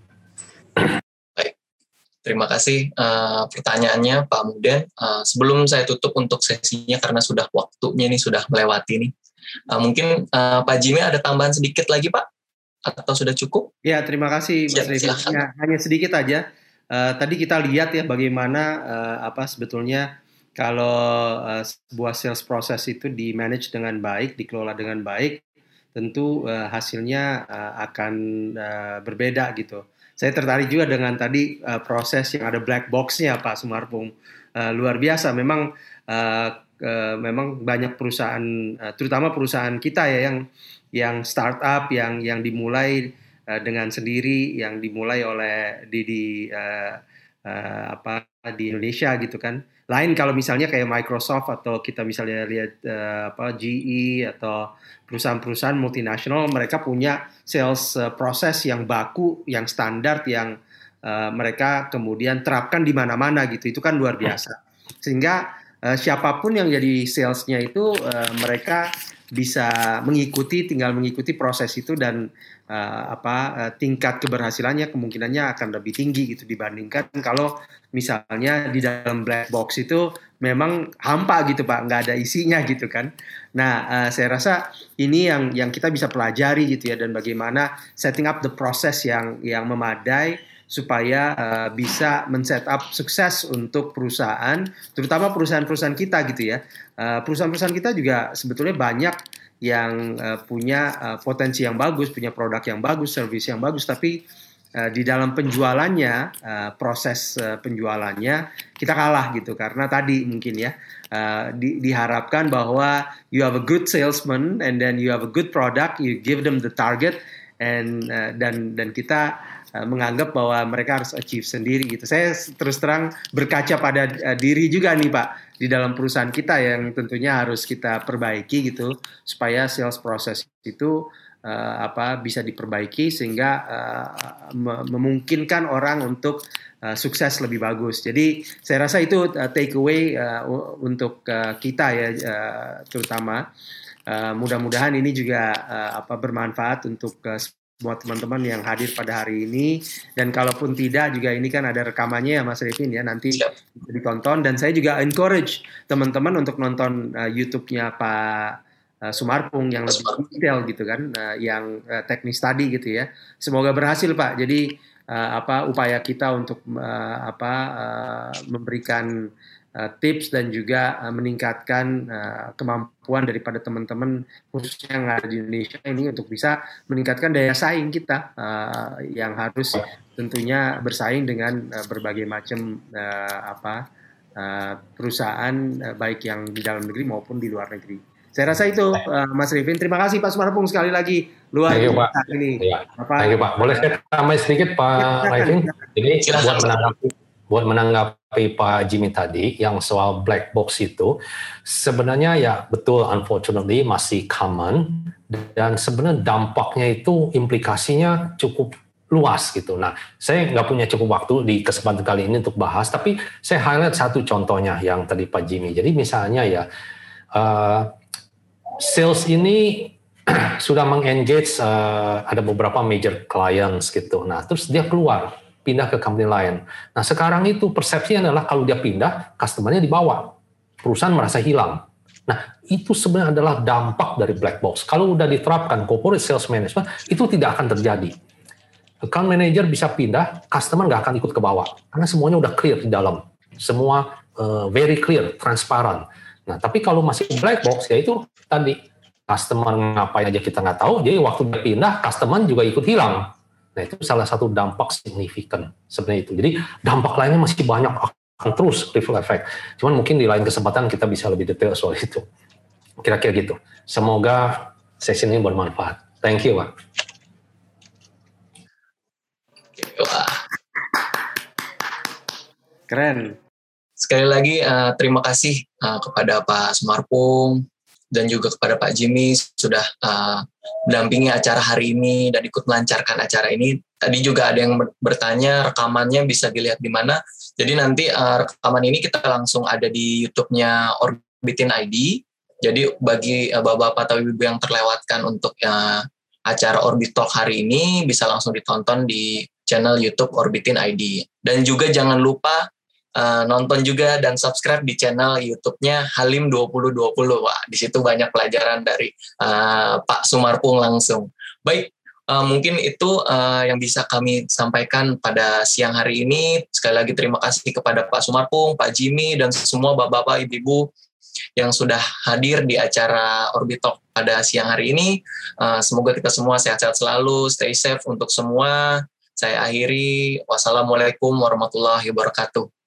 Baik, terima kasih uh, pertanyaannya Pak Muden. Uh, sebelum saya tutup untuk sesinya karena sudah waktunya nih sudah melewati nih. Uh, mungkin uh, Pak Jimmy ada tambahan sedikit lagi Pak? Atau sudah cukup? Ya, terima kasih Mas Revi. Hanya, hanya sedikit aja. Uh, tadi kita lihat ya bagaimana uh, apa sebetulnya kalau uh, sebuah sales process itu di manage dengan baik, dikelola dengan baik, tentu uh, hasilnya uh, akan uh, berbeda gitu. Saya tertarik juga dengan tadi uh, proses yang ada black box-nya Pak Sumarpung. Uh, luar biasa. Memang uh, uh, memang banyak perusahaan, uh, terutama perusahaan kita ya yang yang startup, yang yang dimulai uh, dengan sendiri, yang dimulai oleh di di uh, uh, apa di Indonesia gitu kan. Lain kalau misalnya kayak Microsoft atau kita misalnya lihat uh, apa G E atau perusahaan-perusahaan multinasional, mereka punya sales uh, proses yang baku, yang standar, yang uh, mereka kemudian terapkan di mana-mana gitu. Itu kan luar biasa. Sehingga uh, siapapun yang jadi salesnya itu uh, mereka bisa mengikuti, tinggal mengikuti proses itu dan uh, apa uh, tingkat keberhasilannya kemungkinannya akan lebih tinggi gitu dibandingkan kalau misalnya di dalam black box itu memang hampa gitu Pak, nggak ada isinya gitu kan. Nah uh, saya rasa ini yang yang kita bisa pelajari gitu ya, dan bagaimana setting up the process yang yang memadai supaya uh, bisa men-set up sukses untuk perusahaan, terutama perusahaan-perusahaan kita gitu ya. Uh, perusahaan-perusahaan kita juga sebetulnya banyak yang uh, punya uh, potensi yang bagus, punya produk yang bagus, service yang bagus, tapi uh, di dalam penjualannya, uh, proses uh, penjualannya kita kalah gitu, karena tadi mungkin ya uh, di, diharapkan bahwa you have a good salesman and then you have a good product, you give them the target, and uh, dan dan kita menganggap bahwa mereka harus achieve sendiri gitu. Saya terus terang berkaca pada uh, diri juga nih Pak di dalam perusahaan kita yang tentunya harus kita perbaiki gitu supaya sales process itu uh, apa bisa diperbaiki sehingga uh, memungkinkan orang untuk uh, sukses lebih bagus. Jadi saya rasa itu uh, take away uh, untuk uh, kita ya uh, terutama uh, mudah-mudahan ini juga uh, apa bermanfaat untuk uh, semua teman-teman yang hadir pada hari ini, dan kalaupun tidak juga ini kan ada rekamannya ya Mas Revin ya, nanti bisa ditonton, dan saya juga encourage teman-teman untuk nonton uh, YouTube-nya Pak uh, Sumarpung yang lebih detail gitu kan, uh, yang uh, teknis tadi gitu ya. Semoga berhasil Pak. Jadi uh, apa upaya kita untuk uh, apa uh, memberikan uh, tips dan juga uh, meningkatkan uh, kemampuan daripada teman-teman khususnya yang ada di Indonesia ini untuk bisa meningkatkan daya saing kita uh, yang harus tentunya bersaing dengan uh, berbagai macam uh, apa uh, perusahaan uh, baik yang di dalam negeri maupun di luar negeri. Saya rasa itu uh, Mas Revin. Terima kasih Pak Sumarpung sekali lagi luar biasa ini. Ya. Thank you Pak. Boleh saya tambah sedikit Pak Revin? Jadi buat menanggapi buat menanggapi Pak Jimmy tadi yang soal black box itu, sebenarnya ya betul, unfortunately masih common, dan sebenarnya dampaknya itu implikasinya cukup luas gitu. Nah, saya nggak punya cukup waktu di kesempatan kali ini untuk bahas, tapi saya highlight satu contohnya yang tadi Pak Jimmy. Jadi misalnya ya, uh, sales ini sudah mengengage uh, ada beberapa major clients gitu. Nah, terus dia keluar pindah ke company lain. Nah sekarang itu persepsinya adalah kalau dia pindah, customer-nya dibawa. Perusahaan merasa hilang. Nah itu sebenarnya adalah dampak dari black box. Kalau udah diterapkan corporate sales management, itu tidak akan terjadi. Account manager bisa pindah, customer nggak akan ikut ke bawah. Karena semuanya udah clear di dalam. Semua uh, very clear, transparan. Nah tapi kalau masih black box, ya itu tadi. Customer ngapain aja kita nggak tahu, jadi waktu dia pindah, customer juga ikut hilang. Nah itu salah satu dampak signifikan sebenarnya itu. Jadi dampak lainnya masih banyak, akan terus ripple effect. Cuman mungkin di lain kesempatan kita bisa lebih detail soal itu. Kira-kira gitu. Semoga sesi ini bermanfaat. Thank you Pak. Wah. Keren. Sekali lagi uh, terima kasih uh, kepada Pak Sumarpung dan juga kepada Pak Jimmy sudah uh, mendampingi acara hari ini dan ikut melancarkan acara ini. Tadi juga ada yang bertanya rekamannya bisa dilihat di mana. Jadi nanti uh, rekaman ini kita langsung ada di YouTube-nya Orbitin I D. Jadi bagi uh, bapak-bapak atau ibu yang terlewatkan untuk uh, acara Orbit Talk hari ini bisa langsung ditonton di channel YouTube Orbitin I D. Dan juga jangan lupa uh, nonton juga dan subscribe di channel YouTube-nya Halim dua ribu dua puluh. Wah, di situ banyak pelajaran dari uh, Pak Sumarpung langsung. Baik, uh, mungkin itu uh, yang bisa kami sampaikan pada siang hari ini. Sekali lagi terima kasih kepada Pak Sumarpung, Pak Jimmy, dan semua bapak-bapak, ibu-ibu yang sudah hadir di acara Orbit Talk pada siang hari ini. Uh, semoga kita semua sehat-sehat selalu, stay safe untuk semua. Saya akhiri. Wassalamualaikum warahmatullahi wabarakatuh.